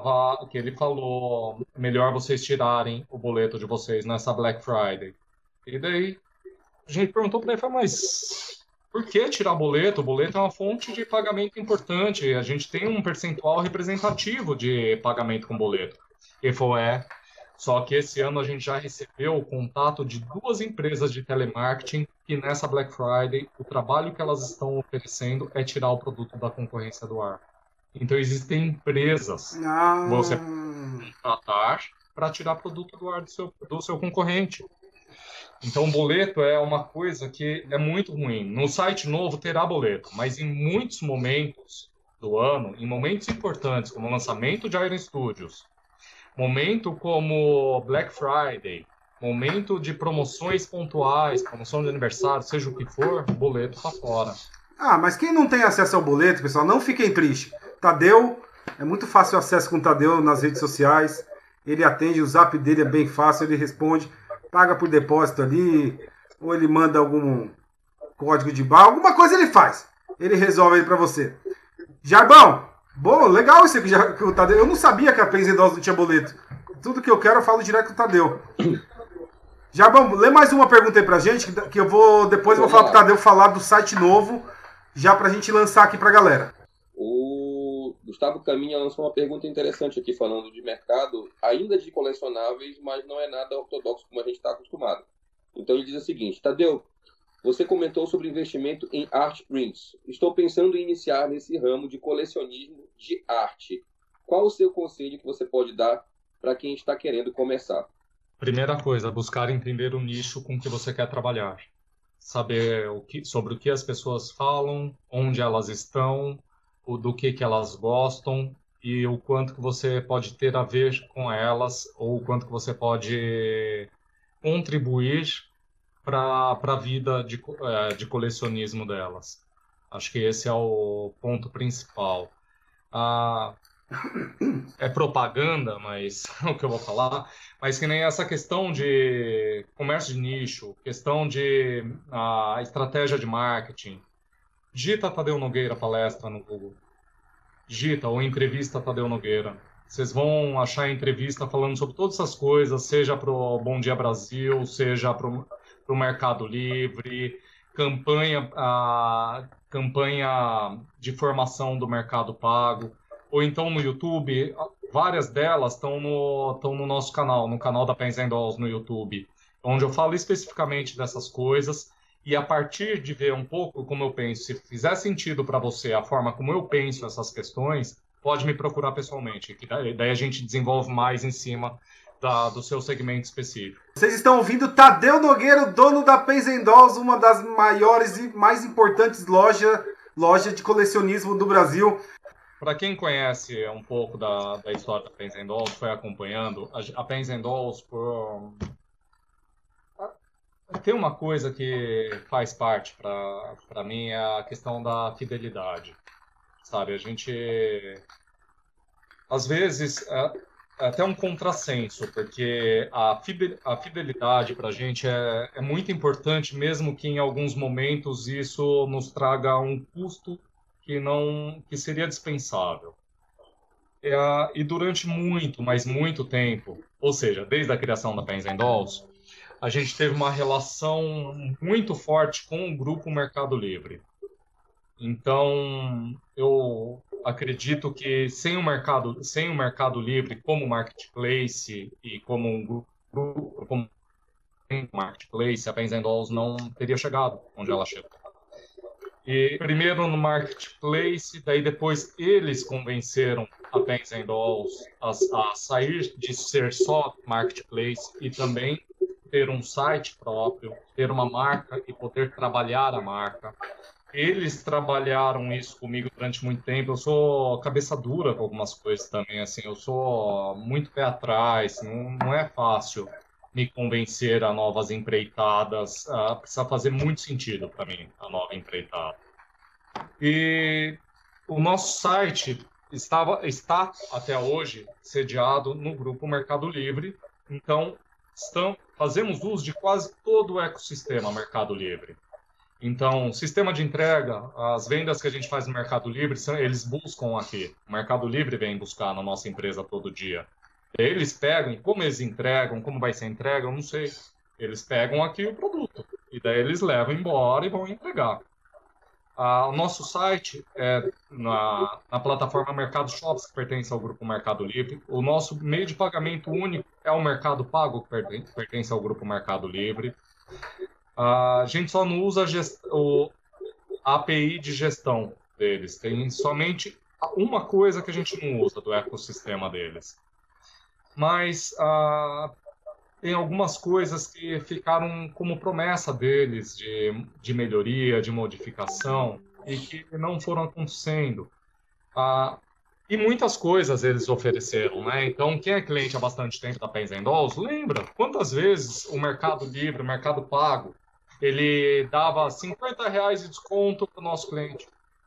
falou, melhor vocês tirarem o boleto de vocês nessa Black Friday. E daí a gente perguntou para ele, mas por que tirar boleto? O boleto é uma fonte de pagamento importante. A gente tem um percentual representativo de pagamento com boleto. Ele falou, só que esse ano a gente já recebeu o contato de 2 empresas de telemarketing que nessa Black Friday o trabalho que elas estão oferecendo é tirar o produto da concorrência do ar. Então existem empresas que você pode contratar para tirar produto do ar do seu concorrente. Então, o boleto é uma coisa que é muito ruim. No site novo terá boleto, mas em muitos momentos do ano, em momentos importantes, como o lançamento de Iron Studios, momento como Black Friday, momento de promoções pontuais, promoção de aniversário, seja o que for, o boleto está fora. Mas quem não tem acesso ao boleto, pessoal, não fiquem tristes. Tadeu, é muito fácil o acesso com o Tadeu nas redes sociais. Ele atende, o zap dele é bem fácil, ele responde. Paga por depósito ali, ou ele manda algum código de barra, alguma coisa ele faz. Ele resolve aí pra você. Jarbão, bom, legal isso aqui que o Tadeu. Eu não sabia que a Pens Endós não tinha boleto. Tudo que eu quero eu falo direto com o Tadeu. Jarbão, lê mais uma pergunta aí pra gente, que depois eu vou falar pro Tadeu falar do site novo, já pra gente lançar aqui pra galera. O Gustavo Caminha lançou uma pergunta interessante aqui, falando de mercado, ainda de colecionáveis, mas não é nada ortodoxo como a gente está acostumado. Então ele diz o seguinte: Tadeu, você comentou sobre investimento em art prints. Estou pensando em iniciar nesse ramo de colecionismo de arte. Qual o seu conselho que você pode dar para quem está querendo começar? Primeira coisa, buscar entender o nicho com que você quer trabalhar. Saber sobre o que as pessoas falam, onde elas estão, do que elas gostam e o quanto que você pode ter a ver com elas ou o quanto que você pode contribuir para a vida de colecionismo delas. Acho que esse é o ponto principal. É propaganda, mas o que eu vou falar, mas que nem essa questão de comércio de nicho, questão de estratégia de marketing. Digita Tadeu Nogueira palestra no Google. Digita ou entrevista Tadeu Nogueira. Vocês vão achar entrevista falando sobre todas essas coisas, seja para o Bom Dia Brasil, seja para o Mercado Livre, campanha de formação do Mercado Pago, ou então no YouTube. Várias delas estão no nosso canal, no canal da Pens Dolls no YouTube, onde eu falo especificamente dessas coisas. E a partir de ver um pouco como eu penso, se fizer sentido para você a forma como eu penso essas questões, pode me procurar pessoalmente, que daí a gente desenvolve mais em cima do seu segmento específico. Vocês estão ouvindo Tadeu Nogueira, dono da Pens Dolls, uma das maiores e mais importantes lojas de colecionismo do Brasil. Para quem conhece um pouco da história da Pens Dolls, foi acompanhando, a Pens Dolls tem uma coisa que faz parte para mim, é a questão da fidelidade, sabe? A gente, às vezes, é até um contrassenso, porque a fidelidade para a gente é muito importante, mesmo que em alguns momentos isso nos traga um custo que seria dispensável. E durante muito, mas muito tempo, ou seja, desde a criação da Pens Dolls, a gente teve uma relação muito forte com o grupo Mercado Livre. Então, eu acredito que sem o Mercado Livre como marketplace e como como marketplace, a Pens and Dolls não teria chegado onde ela chegou. E primeiro no marketplace, daí depois eles convenceram a Pens and Dolls a sair de ser só marketplace e também ter um site próprio, ter uma marca e poder trabalhar a marca. Eles trabalharam isso comigo durante muito tempo. Eu sou cabeça dura com algumas coisas também, assim, eu sou muito pé atrás, não é fácil me convencer a novas empreitadas, precisa fazer muito sentido para mim, a nova empreitada. E o nosso site está até hoje sediado no Grupo Mercado Livre, então fazemos uso de quase todo o ecossistema Mercado Livre. Então, sistema de entrega, as vendas que a gente faz no Mercado Livre, eles buscam aqui. O Mercado Livre vem buscar na nossa empresa todo dia. Eles pegam, como eles entregam, como vai ser a entrega, eu não sei. Eles pegam aqui o produto, e daí eles levam embora e vão entregar. O nosso site é na plataforma Mercado Shops, que pertence ao Grupo Mercado Livre. O nosso meio de pagamento único é o Mercado Pago, que pertence ao Grupo Mercado Livre. A gente só não usa a API de gestão deles. Tem somente uma coisa que a gente não usa do ecossistema deles. Mas tem algumas coisas que ficaram como promessa deles de melhoria, de modificação, e que não foram acontecendo. E muitas coisas eles ofereceram, né? Então, quem é cliente há bastante tempo da Pens and Dolls, lembra quantas vezes o Mercado Livre, o Mercado Pago, ele dava R$50 de desconto para o nosso cliente.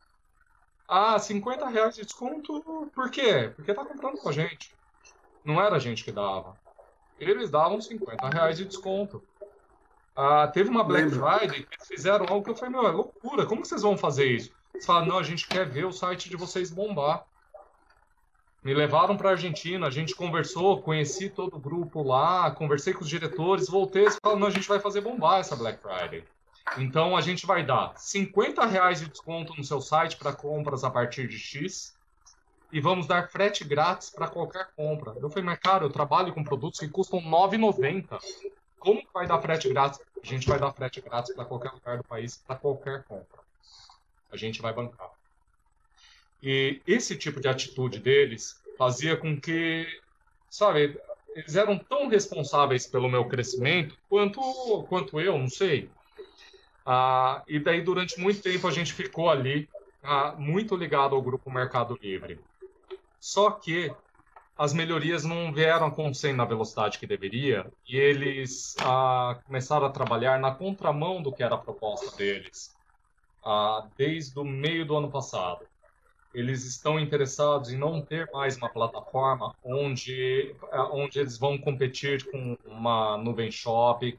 R$50 de desconto, por quê? Porque está comprando com a gente. Não era a gente que dava. Eles davam R$50 de desconto. Teve uma Black Friday que eles fizeram algo que eu falei, é loucura, como que vocês vão fazer isso? Eles falaram, não, a gente quer ver o site de vocês bombar. Me levaram para a Argentina, a gente conversou, conheci todo o grupo lá, conversei com os diretores, voltei e falaram, não, a gente vai fazer bombar essa Black Friday. Então a gente vai dar R$50 de desconto no seu site para compras a partir de X e vamos dar frete grátis para qualquer compra. Eu falei, mas cara, eu trabalho com produtos que custam R$9,90. Como que vai dar frete grátis? A gente vai dar frete grátis para qualquer lugar do país, para qualquer compra. A gente vai bancar. E esse tipo de atitude deles fazia com que, sabe, eles eram tão responsáveis pelo meu crescimento quanto eu, não sei. E daí, durante muito tempo, a gente ficou ali, muito ligado ao Grupo Mercado Livre. Só que as melhorias não vieram acontecendo na velocidade que deveria e eles começaram a trabalhar na contramão do que era a proposta deles desde o meio do ano passado. Eles estão interessados em não ter mais uma plataforma onde eles vão competir com uma nuvem shop,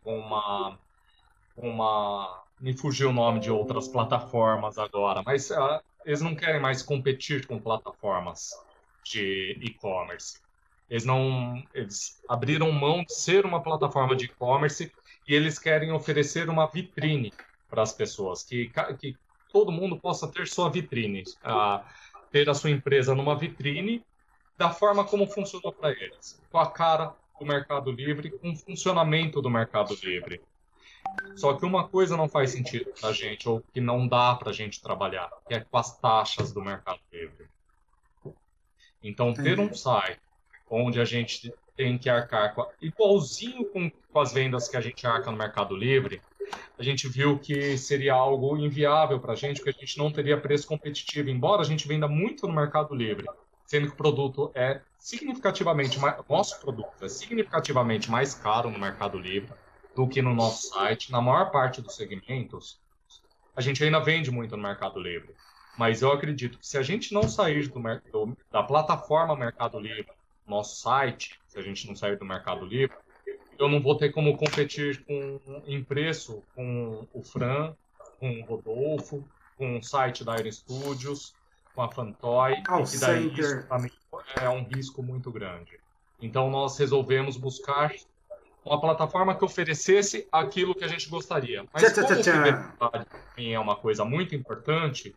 me fugiu o nome de outras plataformas agora, mas eles não querem mais competir com plataformas de e-commerce. Eles abriram mão de ser uma plataforma de e-commerce e eles querem oferecer uma vitrine para as pessoas, que todo mundo possa ter sua vitrine, ter a sua empresa numa vitrine da forma como funcionou para eles, com a cara do Mercado Livre, com o funcionamento do Mercado Livre. Só que uma coisa não faz sentido para a gente, ou que não dá para a gente trabalhar, que é com as taxas do Mercado Livre. Então, ter um site onde a gente tem que arcar igualzinho com as vendas que a gente arca no Mercado Livre, a gente viu que seria algo inviável para a gente, porque a gente não teria preço competitivo, embora a gente venda muito no Mercado Livre, sendo que o produto é significativamente mais, nosso produto é significativamente mais caro no Mercado Livre do que no nosso site. Na maior parte dos segmentos, a gente ainda vende muito no Mercado Livre. Mas eu acredito que se a gente não sair da plataforma Mercado Livre, nosso site, se a gente não sair do Mercado Livre, eu não vou ter como competir em preço com o Fran, com o Rodolfo, com o site da Air Studios, com a Fantoy, e daí isso também é um risco muito grande. Então nós resolvemos buscar uma plataforma que oferecesse aquilo que a gente gostaria. Mas como fidelidade para mim é uma coisa muito importante,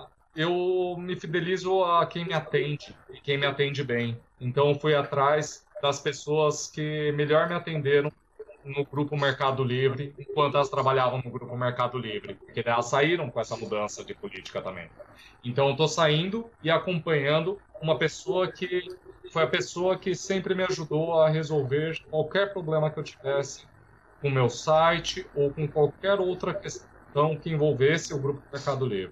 eu me fidelizo a quem me atende, e quem me atende bem. Então eu fui atrás das pessoas que melhor me atenderam no Grupo Mercado Livre, enquanto elas trabalhavam no Grupo Mercado Livre, porque elas saíram com essa mudança de política também. Então, eu estou saindo e acompanhando uma pessoa que foi a pessoa que sempre me ajudou a resolver qualquer problema que eu tivesse com o meu site ou com qualquer outra questão que envolvesse o Grupo Mercado Livre.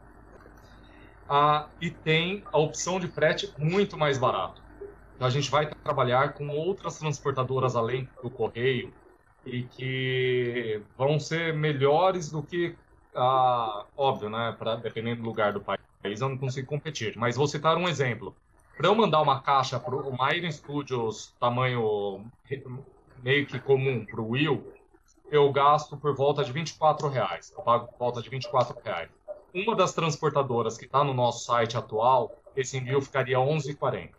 E tem a opção de frete muito mais barato. A gente vai trabalhar com outras transportadoras além do correio e que vão ser melhores do que, óbvio, né? Dependendo do lugar do país, eu não consigo competir. Mas vou citar um exemplo. Para eu mandar uma caixa para uma Iron Studios tamanho meio que comum para o Will, eu gasto por volta de R$24. Eu pago por volta de R$24. Uma das transportadoras que está no nosso site atual, esse envio ficaria R$11,40.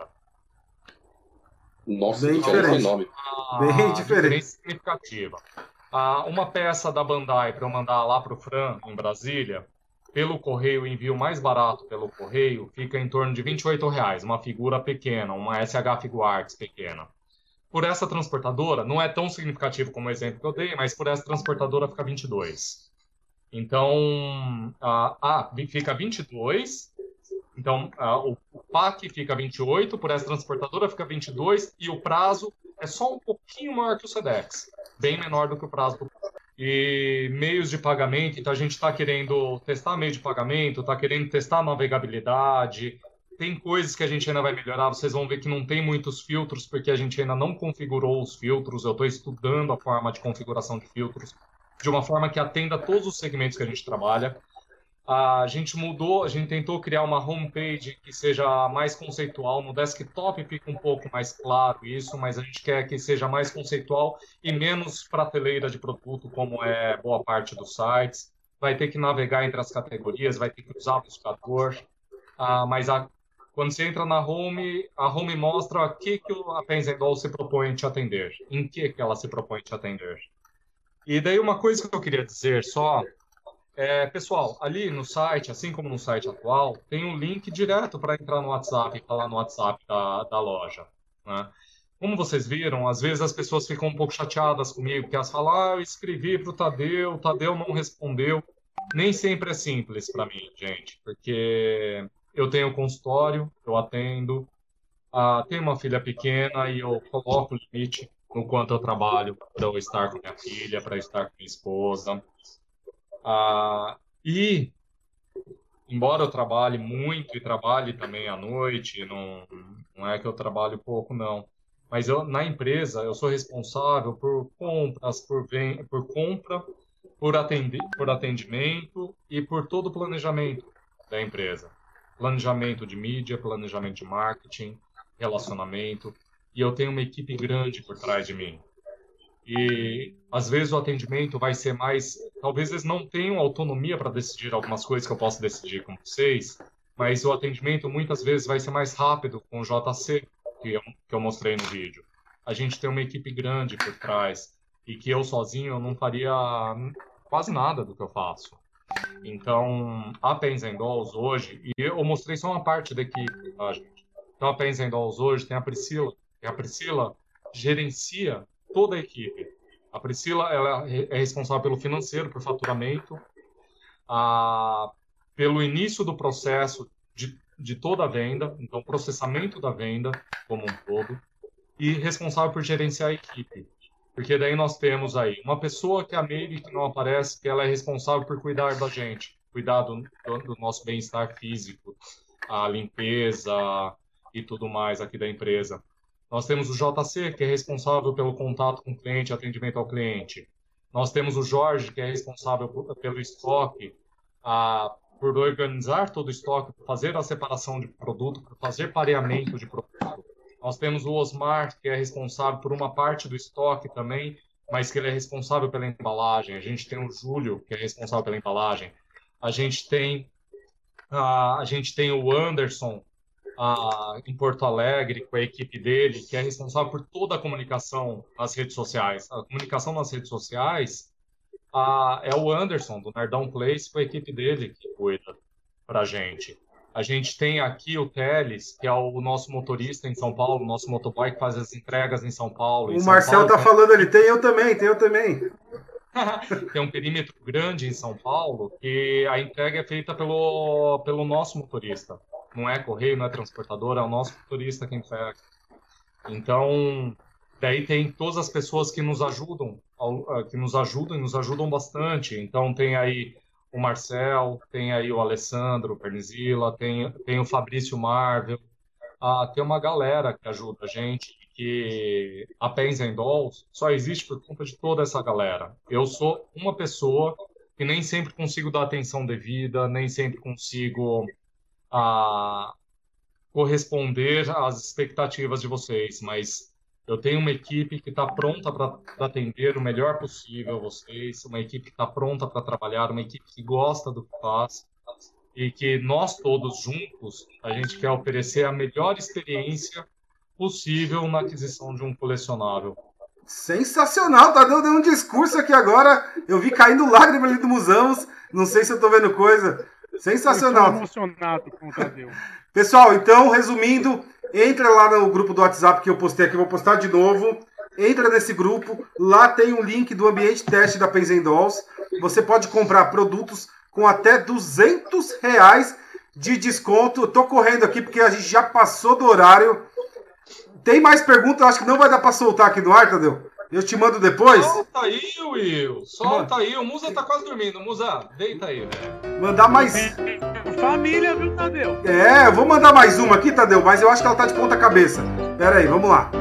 Nossa, bem diferente. Bem diferente. Significativa. Uma peça da Bandai para eu mandar lá para o Fran, em Brasília, pelo correio, o envio mais barato pelo correio, fica em torno de R$28. Uma figura pequena, uma SH Figuarts pequena. Por essa transportadora, não é tão significativo como o exemplo que eu dei, mas por essa transportadora fica 22. Então, fica 22. Então, o PAC fica 28, por essa transportadora fica 22, e o prazo é só um pouquinho maior que o Sedex, bem menor do que o prazo do PAC. E meios de pagamento, então a gente está querendo testar meio de pagamento, está querendo testar a navegabilidade, tem coisas que a gente ainda vai melhorar, vocês vão ver que não tem muitos filtros, porque a gente ainda não configurou os filtros, eu estou estudando a forma de configuração de filtros, de uma forma que atenda todos os segmentos que a gente trabalha. A gente tentou criar uma homepage que seja mais conceitual. No desktop fica um pouco mais claro isso, mas a gente quer que seja mais conceitual e menos prateleira de produto, como é boa parte dos sites. Vai ter que navegar entre as categorias, vai ter que usar o buscador. Quando você entra na home, a home mostra o que a Penzendol se propõe te atender, em que ela se propõe te atender. E daí uma coisa que eu queria dizer só... pessoal, ali no site, assim como no site atual, tem um link direto para entrar no WhatsApp e falar no WhatsApp da loja, né? Como vocês viram, às vezes as pessoas ficam um pouco chateadas comigo, porque elas falam, eu escrevi para o Tadeu não respondeu. Nem sempre é simples para mim, gente, porque eu tenho consultório, eu atendo, tenho uma filha pequena e eu coloco o limite no quanto eu trabalho para eu estar com minha filha, para estar com minha esposa. E, embora eu trabalhe muito e trabalhe também à noite, não é que eu trabalho pouco, não. Mas na empresa, eu sou responsável por compras, por compra, por atendimento e por todo o planejamento da empresa. Planejamento de mídia, planejamento de marketing, relacionamento. E eu tenho uma equipe grande por trás de mim. E, às vezes, o atendimento vai ser mais... Talvez eles não tenham autonomia para decidir algumas coisas que eu posso decidir com vocês, mas o atendimento, muitas vezes, vai ser mais rápido com o JC, que eu mostrei no vídeo. A gente tem uma equipe grande por trás, e que eu sozinho eu não faria quase nada do que eu faço. Então, a Penzendolls hoje... E eu mostrei só uma parte da equipe, tá, gente? Então, a Penzendolls hoje tem a Priscila, e a Priscila gerencia toda a equipe. A Priscila ela é responsável pelo financeiro, por faturamento, pelo início do processo de toda a venda, então processamento da venda como um todo, e responsável por gerenciar a equipe. Porque daí nós temos aí uma pessoa que é a Meire, que não aparece, que ela é responsável por cuidar da gente, cuidar do nosso bem-estar físico, a limpeza e tudo mais aqui da empresa. Nós temos o JC, que é responsável pelo contato com o cliente, atendimento ao cliente. Nós temos o Jorge, que é responsável pelo estoque, por organizar todo o estoque, por fazer a separação de produto, por fazer pareamento de produto. Nós temos o Osmar, que é responsável por uma parte do estoque também, mas que ele é responsável pela embalagem. A gente tem o Júlio, que é responsável pela embalagem. A gente tem o Anderson, em Porto Alegre, com a equipe dele, que é responsável por toda a comunicação nas redes sociais. A comunicação nas redes sociais é o Anderson, do Nerdão Place, com a equipe dele que cuida pra gente. A gente tem aqui o Teles, que é o nosso motorista em São Paulo, o nosso motoboy que faz as entregas em São Paulo. O Marcel tá falando ali, tem eu também. Tem um perímetro grande em São Paulo que a entrega é feita pelo nosso motorista. Não é correio, não é transportadora, é o nosso motorista que entrega. Então, daí tem todas as pessoas que nos ajudam e nos ajudam bastante. Então, tem aí o Marcel, tem aí o Alessandro Pernizila, tem o Fabrício Marvel. Tem uma galera que ajuda a gente, que a Pens and Dolls só existe por conta de toda essa galera. Eu sou uma pessoa que nem sempre consigo dar atenção devida, nem sempre consigo corresponder às expectativas de vocês, mas eu tenho uma equipe que está pronta para atender o melhor possível a vocês, uma equipe que está pronta para trabalhar, uma equipe que gosta do que faz, e que nós todos juntos, a gente quer oferecer a melhor experiência possível na aquisição de um colecionável. Sensacional, Tadeu deu um discurso aqui agora, eu vi caindo lágrimas ali do Musamos, não sei se eu tô vendo coisa, sensacional. Eu estou emocionado com o Tadeu. Pessoal, então, resumindo, entra lá no grupo do WhatsApp que eu postei aqui, eu vou postar de novo, entra nesse grupo, lá tem um link do ambiente teste da Pens and Dolls, você pode comprar produtos com até R$200 de desconto. Eu tô correndo aqui porque a gente já passou do horário. Tem mais perguntas? Eu acho que não vai dar pra soltar aqui no ar, Tadeu. Eu te mando depois. Solta aí, Will. Solta aí. O Musa tá quase dormindo. Musa, deita aí, velho. Mandar mais... Família, viu, Tadeu? Eu vou mandar mais uma aqui, Tadeu, mas eu acho que ela tá de ponta cabeça. Pera aí, vamos lá.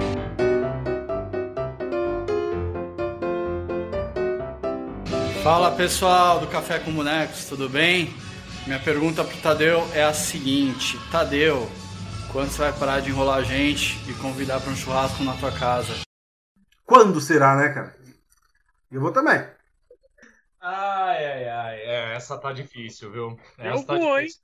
Fala pessoal do Café com Bonecos, tudo bem? Minha pergunta pro Tadeu é a seguinte: Tadeu, quando você vai parar de enrolar a gente e convidar para um churrasco na tua casa? Quando será, né, cara? Eu vou também. Essa tá difícil, viu? Eu vou, hein?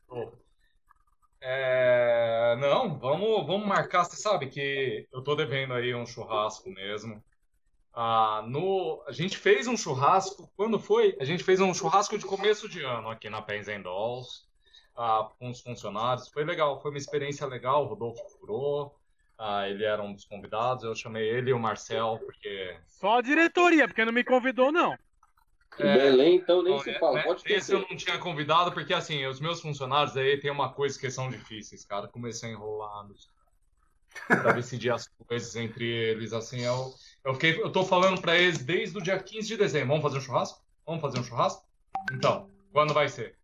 Não, vamos marcar. Você sabe que eu tô devendo aí um churrasco mesmo. A gente fez um churrasco, quando foi? A gente fez um churrasco de começo de ano aqui na Pens and Dolls, com os funcionários. Foi legal, foi uma experiência legal. O Rodolfo furou, ele era um dos convidados. Eu chamei ele e o Marcel, porque... Só a diretoria, porque não me convidou, não. Belém, então nem se fala. Pode ter. Esse eu não tinha convidado, porque assim, os meus funcionários aí tem uma coisa que são difíceis, cara. Comecei a enrolar pra decidir as coisas entre eles, assim, eu tô falando pra eles desde o dia 15 de dezembro, vamos fazer um churrasco? Vamos fazer um churrasco? Então, quando vai ser?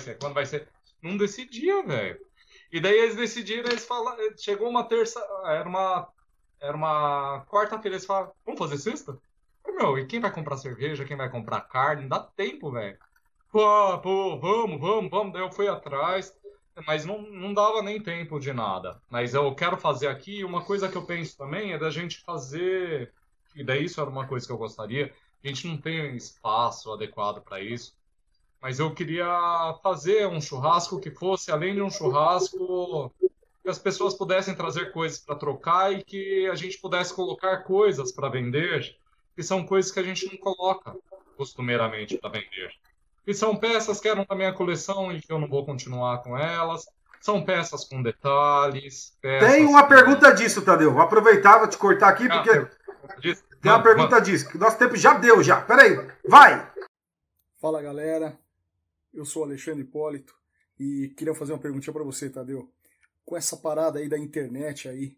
Não decidia, velho. E daí eles decidiram, eles falaram, chegou uma terça, era uma quarta-feira, eles falaram, vamos fazer sexta? E quem vai comprar cerveja, quem vai comprar carne? Não dá tempo, velho. Pô, vamos, daí eu fui atrás... Mas não dava nem tempo de nada. Mas eu quero fazer aqui, uma coisa que eu penso também é da gente fazer, e daí isso era uma coisa que eu gostaria, a gente não tem espaço adequado para isso, mas eu queria fazer um churrasco que fosse, além de um churrasco, que as pessoas pudessem trazer coisas para trocar e que a gente pudesse colocar coisas para vender, que são coisas que a gente não coloca costumeiramente para vender. E são peças que eram da minha coleção e que eu não vou continuar com elas. São peças com detalhes. Tem uma pergunta disso, Tadeu. Vou aproveitar, vou te cortar aqui, porque tem uma pergunta disso. Que nosso tempo já deu, já. Pera aí, vai! Fala, galera. Eu sou o Alexandre Hipólito e queria fazer uma perguntinha para você, Tadeu. Com essa parada aí da internet aí,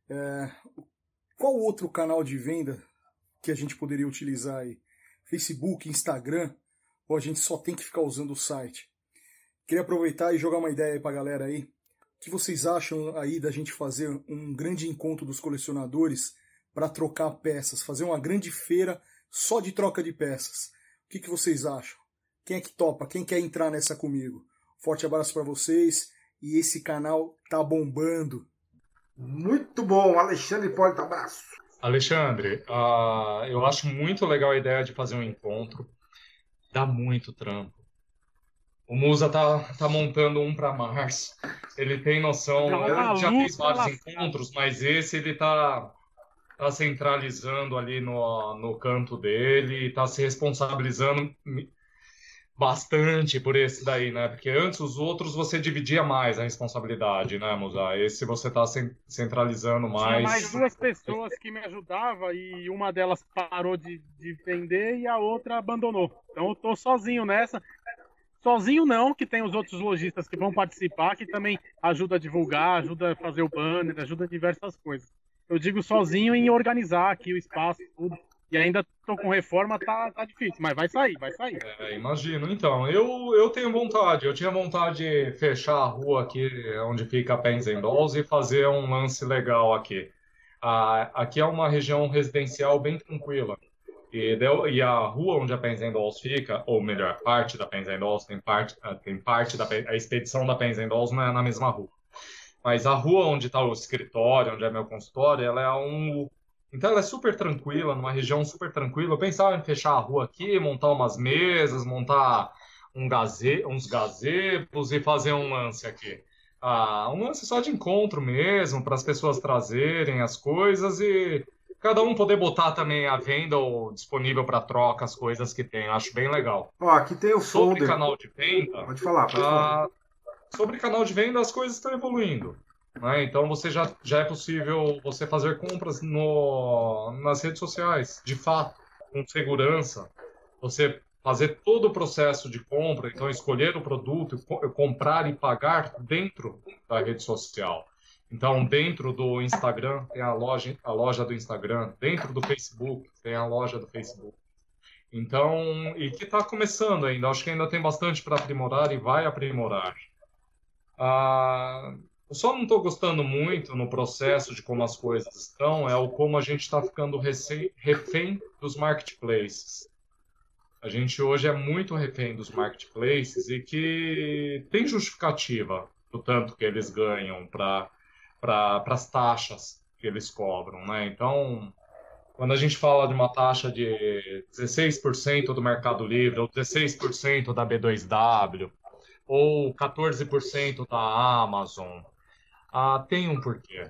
qual outro canal de venda que a gente poderia utilizar aí? Facebook, Instagram? Ou a gente só tem que ficar usando o site? Queria aproveitar e jogar uma ideia aí pra galera aí. O que vocês acham aí da gente fazer um grande encontro dos colecionadores para trocar peças? Fazer uma grande feira só de troca de peças. O que vocês acham? Quem é que topa? Quem quer entrar nessa comigo? Forte abraço para vocês. E esse canal tá bombando. Muito bom, Alexandre Hipólito, abraço. Alexandre, eu acho muito legal a ideia de fazer um encontro. Dá muito trampo. O Musa tá montando um para março. Ele tem noção. Eu já fiz vários encontros, mas esse ele tá centralizando ali no canto dele, tá se responsabilizando. bastante por esse daí, né? Porque antes os outros você dividia mais a responsabilidade, né, Musa? Esse você tá centralizando Tinha mais. mais duas pessoas que me ajudavam e uma delas parou de vender e a outra abandonou. Então eu tô sozinho nessa. Sozinho não, que tem os outros lojistas que vão participar, que também ajuda a divulgar, ajuda a fazer o banner, ajuda diversas coisas. Eu digo sozinho em organizar aqui o espaço, tudo. E ainda tô com reforma, tá difícil, mas vai sair. Imagino. Então, eu tenho vontade. Eu tinha vontade de fechar a rua aqui, onde fica a Pens and Dolls, e fazer um lance legal aqui. Aqui é uma região residencial bem tranquila. E a rua onde a Pens and Dolls fica, ou melhor, parte da Pens and Dolls, tem parte a expedição da Pens and Dolls não é na mesma rua. Mas a rua onde está o escritório, onde é meu consultório, então ela é super tranquila, numa região super tranquila. Eu pensava em fechar a rua aqui, montar umas mesas, montar uns gazebos e fazer um lance aqui. Um lance só de encontro mesmo, para as pessoas trazerem as coisas e cada um poder botar também à venda ou disponível para troca as coisas que tem. Eu acho bem legal. Ó, aqui tem o Sobre folder. Canal de venda... Pode falar. Sobre canal de venda, as coisas estão evoluindo. Né? Então, já é possível você fazer compras nas redes sociais, de fato, com segurança. Você fazer todo o processo de compra, então escolher o produto, comprar e pagar dentro da rede social. Então, dentro do Instagram, tem a loja do Instagram. Dentro do Facebook, tem a loja do Facebook. Então, e que está começando ainda. Acho que ainda tem bastante para aprimorar e vai aprimorar. Eu só não estou gostando muito no processo de como as coisas estão, como a gente está ficando refém dos marketplaces. A gente hoje é muito refém dos marketplaces e que tem justificativa do tanto que eles ganham para as taxas que eles cobram, né? Então, quando a gente fala de uma taxa de 16% do Mercado Livre ou 16% da B2W, ou 14% da Amazon, tem um porquê.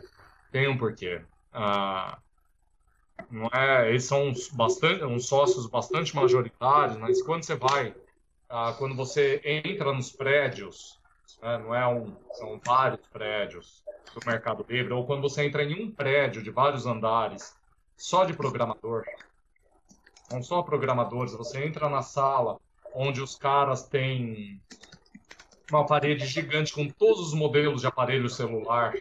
Não é, eles são uns sócios bastante majoritários, mas quando você entra nos prédios, né, são vários prédios do Mercado Livre, ou quando você entra em um prédio de vários andares, só de programador, não só programadores, você entra na sala onde os caras têm uma parede gigante com todos os modelos de aparelho celular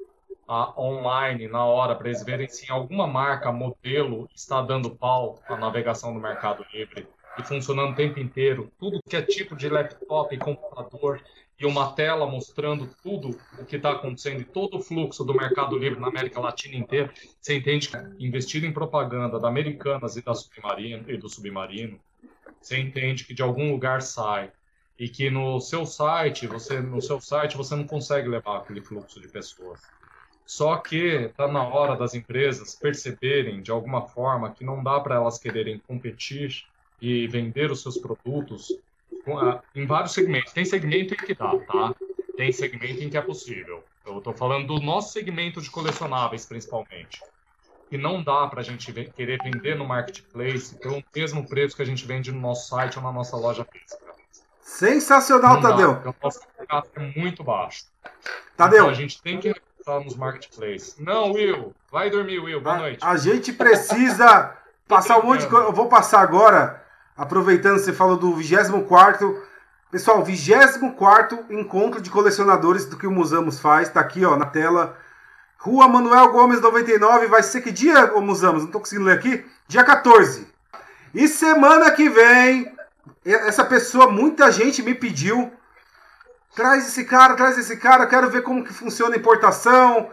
online na hora para eles verem se alguma marca, modelo está dando pau na navegação do Mercado Livre e funcionando o tempo inteiro, tudo que é tipo de laptop e computador e uma tela mostrando tudo o que está acontecendo e todo o fluxo do Mercado Livre na América Latina inteira. Você entende que investido em propaganda da Americanas e do Submarino, você entende que de algum lugar sai. E que no seu site você não consegue levar aquele fluxo de pessoas. Só que está na hora das empresas perceberem, de alguma forma, que não dá para elas quererem competir e vender os seus produtos em vários segmentos. Tem segmento em que dá, tá? Tem segmento em que é possível. Eu estou falando do nosso segmento de colecionáveis, principalmente. E não dá para a gente querer vender no marketplace pelo mesmo preço que a gente vende no nosso site ou na nossa loja física. Sensacional, Tadeu. O classificado é muito baixo. Tadeu. Então, a gente tem que reportar nos marketplaces. Não, Will. Vai dormir, Will. Boa noite. A gente precisa passar um monte de coisa. Eu vou passar agora, aproveitando que você falou do 24º. Pessoal, 24º encontro de colecionadores do que o Musamos faz. Tá aqui, ó, na tela. Rua Manuel Gomes 99. Vai ser que dia, ô Musamos? Não tô conseguindo ler aqui. Dia 14. E semana que vem... Essa pessoa, muita gente me pediu, traz esse cara, quero ver como que funciona a importação.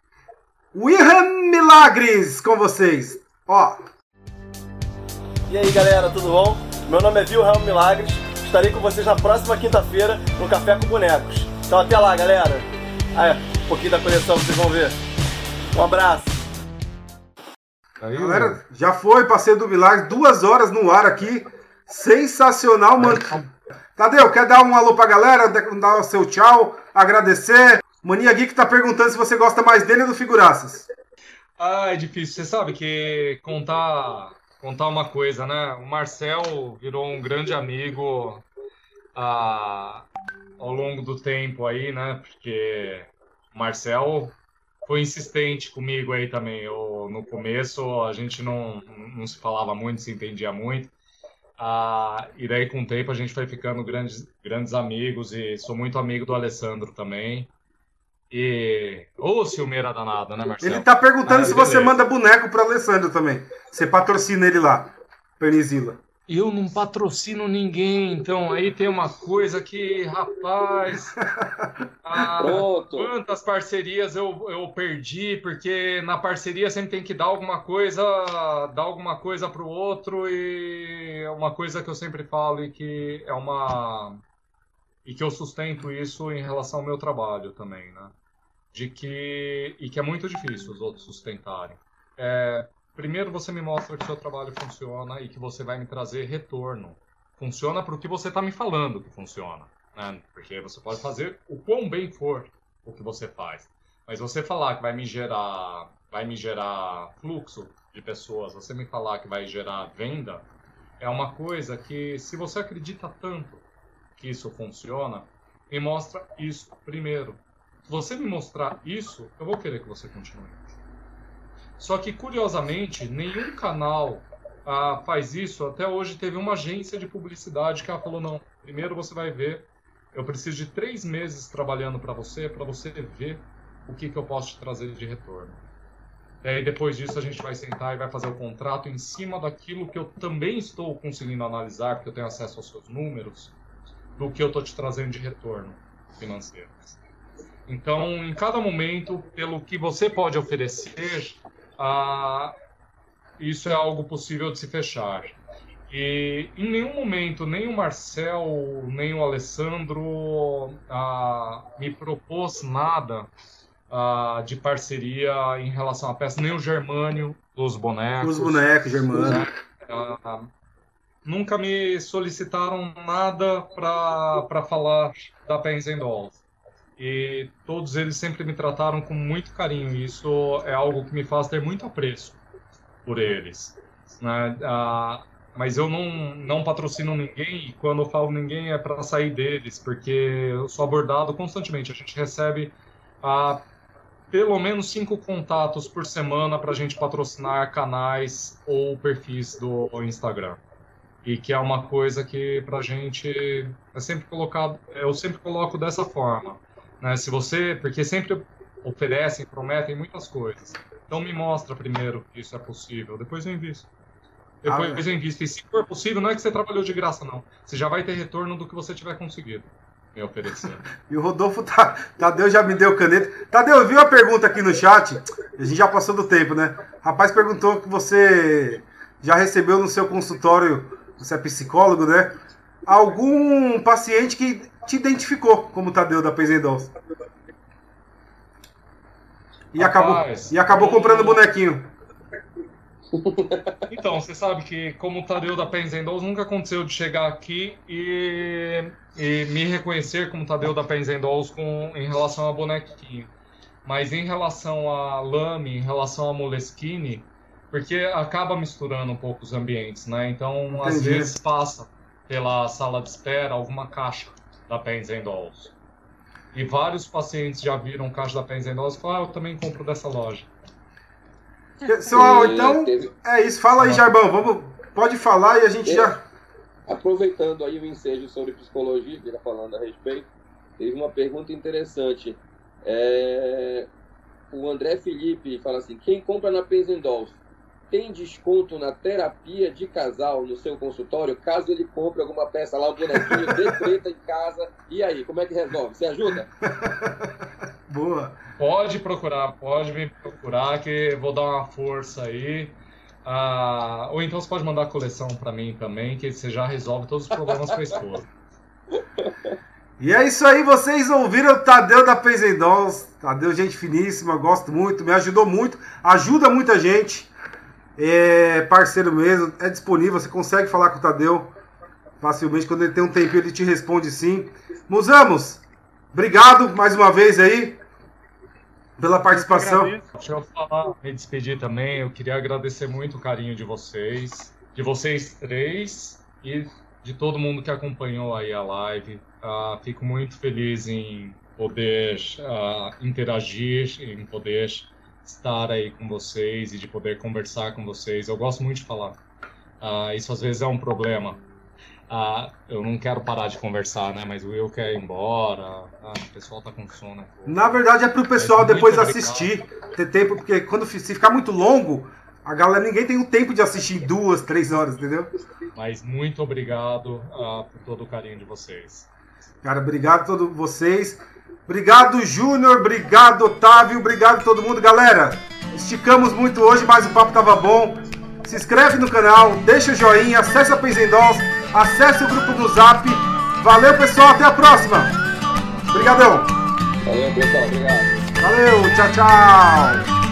Wilhelm Milagres com vocês, ó. E aí galera, tudo bom? Meu nome é Wilhelm Milagres, estarei com vocês na próxima quinta-feira no Café com Bonecos. Então até lá galera, um pouquinho da coleção vocês vão ver. Um abraço. Galera, já foi, Passeio do Milagres, 2 horas no ar aqui. Sensacional, mano. Tadeu, quer dar um alô pra galera? Dar o seu tchau, agradecer? Mania Geek tá perguntando se você gosta mais dele ou do Figuraças. É difícil. Você sabe que contar uma coisa, né? O Marcel virou um grande amigo ao longo do tempo aí, né? Porque o Marcel foi insistente comigo aí também. No começo a gente não se falava muito, se entendia muito. E daí com o tempo a gente foi ficando grandes amigos e sou muito amigo do Alessandro também. E... Ô, ciumeira danada, né, Marcelo? Ele tá perguntando se você beleza. manda boneco pro Alessandro também. Você patrocina ele lá, Pernizila. Eu não patrocino ninguém, então aí tem uma coisa que, rapaz, quantas parcerias eu perdi, porque na parceria sempre tem que dar alguma coisa pro outro, e é uma coisa que eu sempre falo e que eu sustento isso em relação ao meu trabalho também, né? E que é muito difícil os outros sustentarem. Primeiro você me mostra que o seu trabalho funciona e que você vai me trazer retorno. Funciona para o que você está me falando que funciona, né? Porque você pode fazer o quão bem for o que você faz. Mas você falar que vai me gerar fluxo de pessoas, você me falar que vai gerar venda, é uma coisa que, se você acredita tanto que isso funciona, me mostra isso primeiro. Se você me mostrar isso, eu vou querer que você continue. Só que, curiosamente, nenhum canal faz isso. Até hoje teve uma agência de publicidade que ela falou, não, primeiro você vai ver, eu preciso de 3 meses trabalhando para você ver o que eu posso te trazer de retorno. E aí, depois disso, a gente vai sentar e vai fazer o contrato em cima daquilo que eu também estou conseguindo analisar, porque eu tenho acesso aos seus números, do que eu estou te trazendo de retorno financeiro. Então, em cada momento, pelo que você pode oferecer, isso é algo possível de se fechar. E em nenhum momento, nem o Marcel, nem o Alessandro me propôs nada de parceria em relação à peça, nem o Germânio dos bonecos. Os bonecos, Germânio. Nunca me solicitaram nada para falar da Pens and Dolls. E todos eles sempre me trataram com muito carinho. E isso é algo que me faz ter muito apreço por eles, né? Mas eu não patrocino ninguém, e quando eu falo ninguém é para sair deles, porque eu sou abordado constantemente. A gente recebe pelo menos 5 contatos por semana para a gente patrocinar canais ou perfis do Instagram. E que é uma coisa que pra gente é sempre colocado, eu sempre coloco dessa forma, né? Porque sempre oferecem, prometem muitas coisas. Então me mostra primeiro que isso é possível, depois eu invisto. Depois eu invisto. E se for possível, não é que você trabalhou de graça, não. Você já vai ter retorno do que você tiver conseguido me oferecer. E o Rodolfo, Tadeu já me deu caneta. Tadeu, viu a pergunta aqui no chat? A gente já passou do tempo, né? O rapaz perguntou que você já recebeu no seu consultório, você é psicólogo, né? Algum paciente que te identificou como Tadeu da Pens and Dolls. E acabou comprando bonequinho. Então, você sabe que como Tadeu da Pens and Dolls, nunca aconteceu de chegar aqui e me reconhecer como Tadeu da Pens and Dolls em relação a bonequinho. Mas em relação a Lame, em relação a Moleskine, porque acaba misturando um pouco os ambientes, né? Então, às vezes passa pela sala de espera alguma caixa da Pens and Dolls. E vários pacientes já viram caixa da Pens and Dolls e falaram, eu também compro dessa loja. Pessoal, então é isso. Fala aí, Jarbão. Pode falar e a gente já... Aproveitando aí o ensejo sobre psicologia, que ele está falando a respeito, teve uma pergunta interessante. O André Felipe fala assim, quem compra na Pens and Dolls tem desconto na terapia de casal no seu consultório, caso ele compre alguma peça lá, um bonequinho de preta em casa, e aí, como é que resolve? Você ajuda? Boa. Pode me procurar, que eu vou dar uma força aí. Ou então você pode mandar a coleção para mim também, que você já resolve todos os problemas com a esposa. E é isso aí, vocês ouviram o Tadeu da Pens and Dolls. Tadeu, gente finíssima, gosto muito, me ajudou muito, ajuda muita gente. É parceiro mesmo, é disponível, você consegue falar com o Tadeu facilmente, quando ele tem um tempinho ele te responde sim. Musamos, obrigado mais uma vez aí pela participação. Deixa eu falar, me despedir também, eu queria agradecer muito o carinho de vocês 3 e de todo mundo que acompanhou aí a live. Fico muito feliz em poder interagir, em poder estar aí com vocês e de poder conversar com vocês. Eu gosto muito de falar. Isso às vezes é um problema. Eu não quero parar de conversar, né? Mas o Will quer ir embora. O pessoal tá com sono. Na verdade é pro pessoal depois assistir, ter tempo, porque quando se ficar muito longo, a galera, ninguém tem o tempo de assistir 2, 3 horas, entendeu? Mas muito obrigado por todo o carinho de vocês. Cara, obrigado a todos vocês. Obrigado, Júnior. Obrigado, Otávio. Obrigado a todo mundo. Galera, esticamos muito hoje, mas o papo tava bom. Se inscreve no canal, deixa o joinha, acesse a Pens and Dolls, acesse o grupo do Zap. Valeu, pessoal. Até a próxima. Obrigadão. Valeu, pessoal. Obrigado. Valeu. Tchau, tchau.